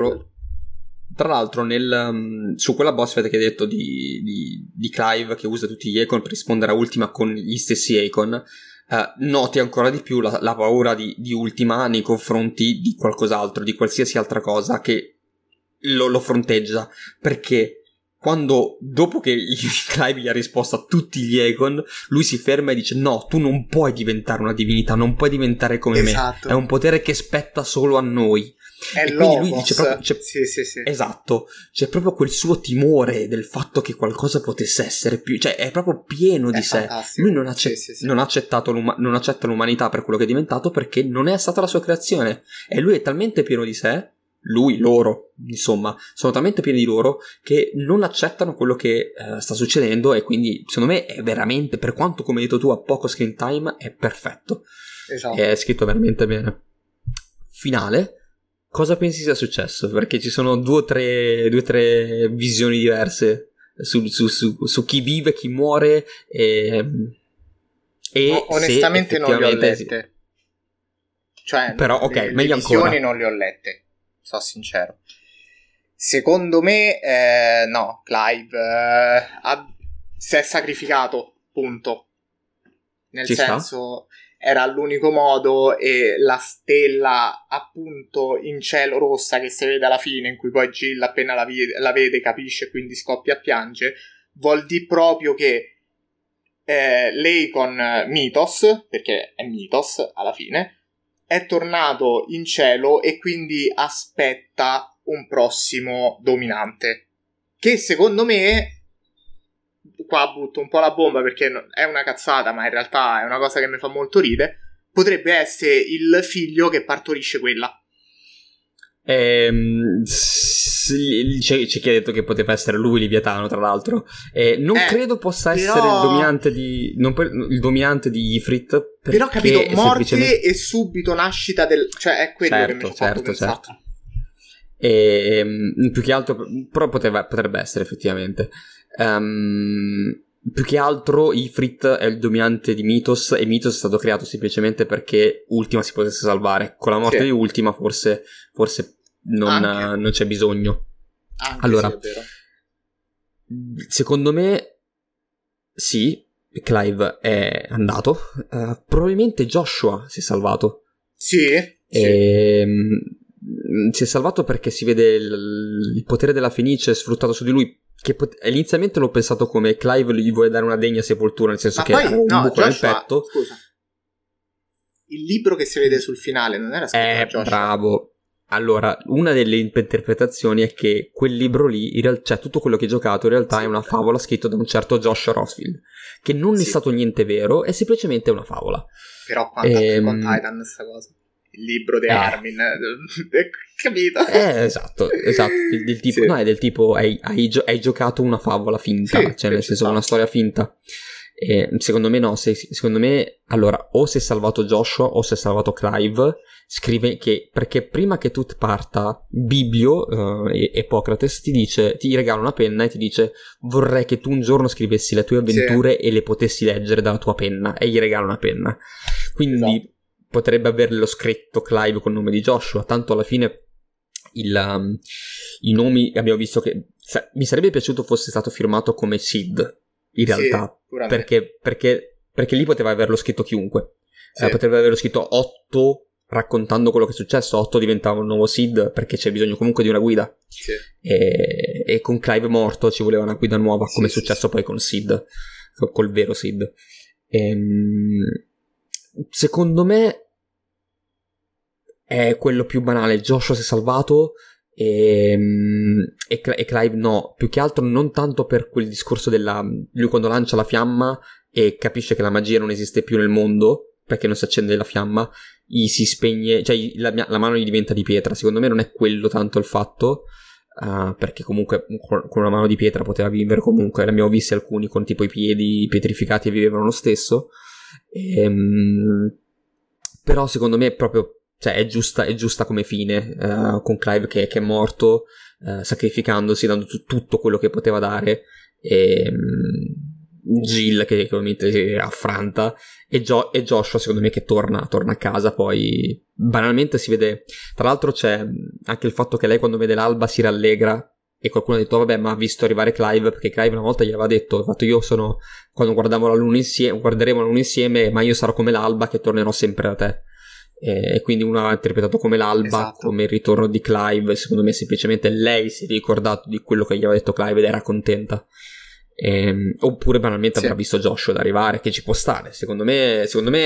Speaker 1: Tra l'altro su quella boss fight che hai detto di Clive che usa tutti gli Econ per rispondere a Ultima con gli stessi Econ, noti ancora di più la paura di Ultima nei confronti di qualcos'altro, di qualsiasi altra cosa che lo fronteggia, perché dopo che Clive gli ha risposto a tutti gli Econ, lui si ferma e dice no, tu non puoi diventare una divinità, non puoi diventare come me, è un potere che spetta solo a noi.
Speaker 2: E
Speaker 1: quindi lui dice proprio,
Speaker 2: sì.
Speaker 1: Esatto, c'è proprio quel suo timore del fatto che qualcosa potesse essere più, cioè è propro pieno di sé. Lui non accetta l'umanità per quello che è diventato, perché non è stata la sua creazione, e lui è talmente pieno di sé, loro, insomma, sono talmente pieni di loro che non accettano quello che sta succedendo, e quindi secondo me è veramente, per quanto come hai detto tu ha poco screen time, è perfetto.
Speaker 2: Esatto.
Speaker 1: È scritto veramente bene. Finale, cosa pensi sia successo? Perché ci sono due o tre visioni diverse su chi vive, chi muore, e
Speaker 2: onestamente non le ho lette. Cioè,
Speaker 1: però ok,
Speaker 2: le
Speaker 1: meglio
Speaker 2: visioni
Speaker 1: ancora.
Speaker 2: non le ho lette, sono sincero. Secondo me no, Clive si è sacrificato, punto. Nel senso era l'unico modo, e la stella appunto in cielo rossa che si vede alla fine, in cui poi Jill appena la vede capisce e quindi scoppia a piangere, vuol dire proprio che lei con Mythos, perché è Mythos alla fine, è tornato in cielo e quindi aspetta un prossimo dominante, che secondo me, qua butto un po' la bomba perché è una cazzata, ma in realtà è una cosa che mi fa molto ridere, potrebbe essere il figlio che partorisce quella.
Speaker 1: C'è chi ha detto che poteva essere lui Leviatano, tra l'altro. Non credo possa essere il dominante di Ifrit.
Speaker 2: Però capito, morte e subito nascita cioè è quello che mi ha fatto pensare.
Speaker 1: Più che altro, però potrebbe essere effettivamente. Più che altro Ifrit è il dominante di Mythos, e Mythos è stato creato semplicemente perché Ultima si potesse salvare. Con la morte di Ultima forse non c'è bisogno.
Speaker 2: Anche
Speaker 1: allora,
Speaker 2: sì, è vero.
Speaker 1: Secondo me sì, Clive è andato, probabilmente Joshua si è salvato.
Speaker 2: Sì.
Speaker 1: Si è salvato perché si vede il potere della Fenice sfruttato su di lui, che inizialmente l'ho pensato come Clive gli vuole dare una degna sepoltura, nel senso che ha un buco nel petto.
Speaker 2: Scusa, il libro che si vede sul finale non era scritto da Joshua?
Speaker 1: Bravo. Allora, una delle interpretazioni è che quel libro lì, cioè tutto quello che hai giocato in realtà è una favola scritta da un certo Joshua Rothfield, che non è stato niente vero, è semplicemente una favola.
Speaker 2: Però quanto con Titan questa cosa? Il libro di Armin, capito?
Speaker 1: Esatto, del tipo, no, è del tipo hai giocato una favola finta, cioè nel senso una storia finta. Secondo me no, secondo me allora o si è salvato Joshua o si è salvato Clive. Scrive che perché prima che tu parta Biblio, Ippocrates ti regala una penna e ti dice vorrei che tu un giorno scrivessi le tue avventure e le potessi leggere dalla tua penna, e gli regala una penna, quindi potrebbe averlo scritto Clive con il nome di Joshua, tanto alla fine i nomi abbiamo visto che mi sarebbe piaciuto fosse stato firmato come Sid in realtà, perché lì poteva averlo scritto chiunque, potrebbe averlo scritto 8 raccontando quello che è successo. 8 diventava un nuovo Sid perché c'è bisogno comunque di una guida, e con Clive morto ci voleva una guida nuova, come è successo poi con Sid, col vero Sid. Secondo me è quello più banale. Joshua si è salvato e Clive no, più che altro non tanto per quel discorso lui quando lancia la fiamma e capisce che la magia non esiste più nel mondo perché non si accende la fiamma, gli si spegne, cioè la mano gli diventa di pietra. Secondo me non è quello tanto il fatto, perché comunque con una mano di pietra poteva vivere comunque. Ne abbiamo visti alcuni con tipo i piedi pietrificati e vivevano lo stesso. Però secondo me è proprio, cioè è giusta come fine, con Clive che è morto, sacrificandosi, dando tutto quello che poteva dare, e Jill che ovviamente è affranta, e Joshua secondo me che torna a casa. Poi banalmente si vede, tra l'altro c'è anche il fatto che lei quando vede l'alba si rallegra, e qualcuno ha detto vabbè, ma ha visto arrivare Clive, perché Clive una volta gli aveva detto, io sono, quando guarderemo la luna insieme, ma io sarò come l'alba che tornerò sempre da te. E quindi uno ha interpretato come l'alba, come il ritorno di Clive. Secondo me semplicemente lei si è ricordato di quello che gli aveva detto Clive ed era contenta. Oppure banalmente avrà visto Joshua ad arrivare, che ci può stare. Secondo me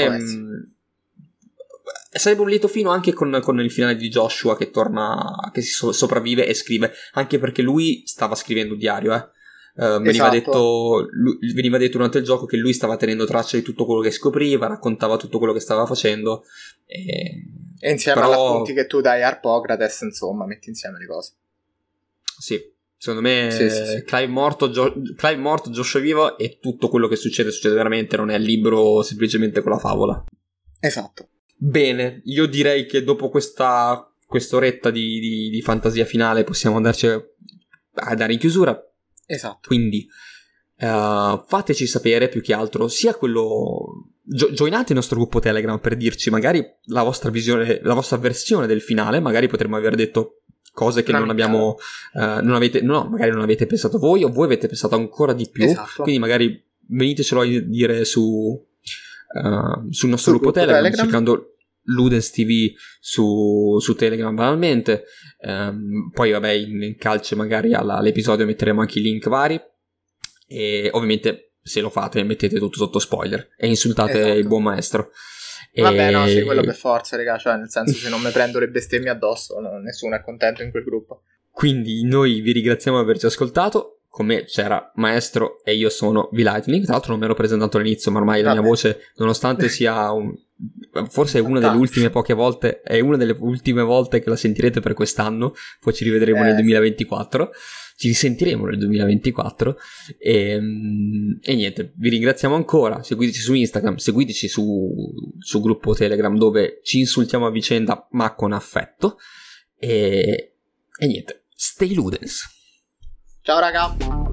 Speaker 1: sarebbe un lieto fino anche con il finale di Joshua che torna, che si sopravvive e scrive, anche perché lui stava scrivendo un diario, veniva detto durante il gioco che lui stava tenendo traccia di tutto quello che scopriva, raccontava tutto quello che stava facendo, e
Speaker 2: insieme agli appunti che tu dai a Ippocrates, insomma, metti insieme le cose.
Speaker 1: Sì, secondo me Clive morto, Joshua vivo, e tutto quello che succede veramente, non è il libro semplicemente con la favola.
Speaker 2: Esatto. Bene,
Speaker 1: io direi che dopo quest'oretta di fantasia finale possiamo andarci a dare in chiusura.
Speaker 2: Esatto.
Speaker 1: Quindi fateci sapere, più che altro, sia quello, joinate il nostro gruppo Telegram per dirci magari la vostra visione, la vostra versione del finale. Magari potremmo aver detto cose che non abbiamo, magari non avete pensato voi, o voi avete pensato ancora di più.
Speaker 2: Esatto.
Speaker 1: Quindi magari venitecelo a dire sul nostro gruppo Telegram, cercando Ludens TV su Telegram banalmente. Poi vabbè, in calce magari all'episodio metteremo anche i link vari, e ovviamente se lo fate mettete tutto sotto spoiler e insultate il buon maestro.
Speaker 2: Vabbè, no, sì, quello per forza, raga, cioè nel senso, se non mi prendo le bestemmie addosso nessuno è contento in quel gruppo.
Speaker 1: Quindi noi vi ringraziamo di averci ascoltato. Con me c'era Maestro e io sono V-Lightning. Tra l'altro non mi ero presentato all'inizio, ma ormai la mia voce, nonostante sia forse è una delle ultime poche volte, è una delle ultime volte che la sentirete per quest'anno, poi ci rivedremo nel 2024, ci risentiremo nel 2024, e niente, vi ringraziamo ancora. Seguiteci su Instagram, seguiteci su gruppo Telegram, dove ci insultiamo a vicenda ma con affetto, e niente, stay Ludens.
Speaker 2: Ciao raga.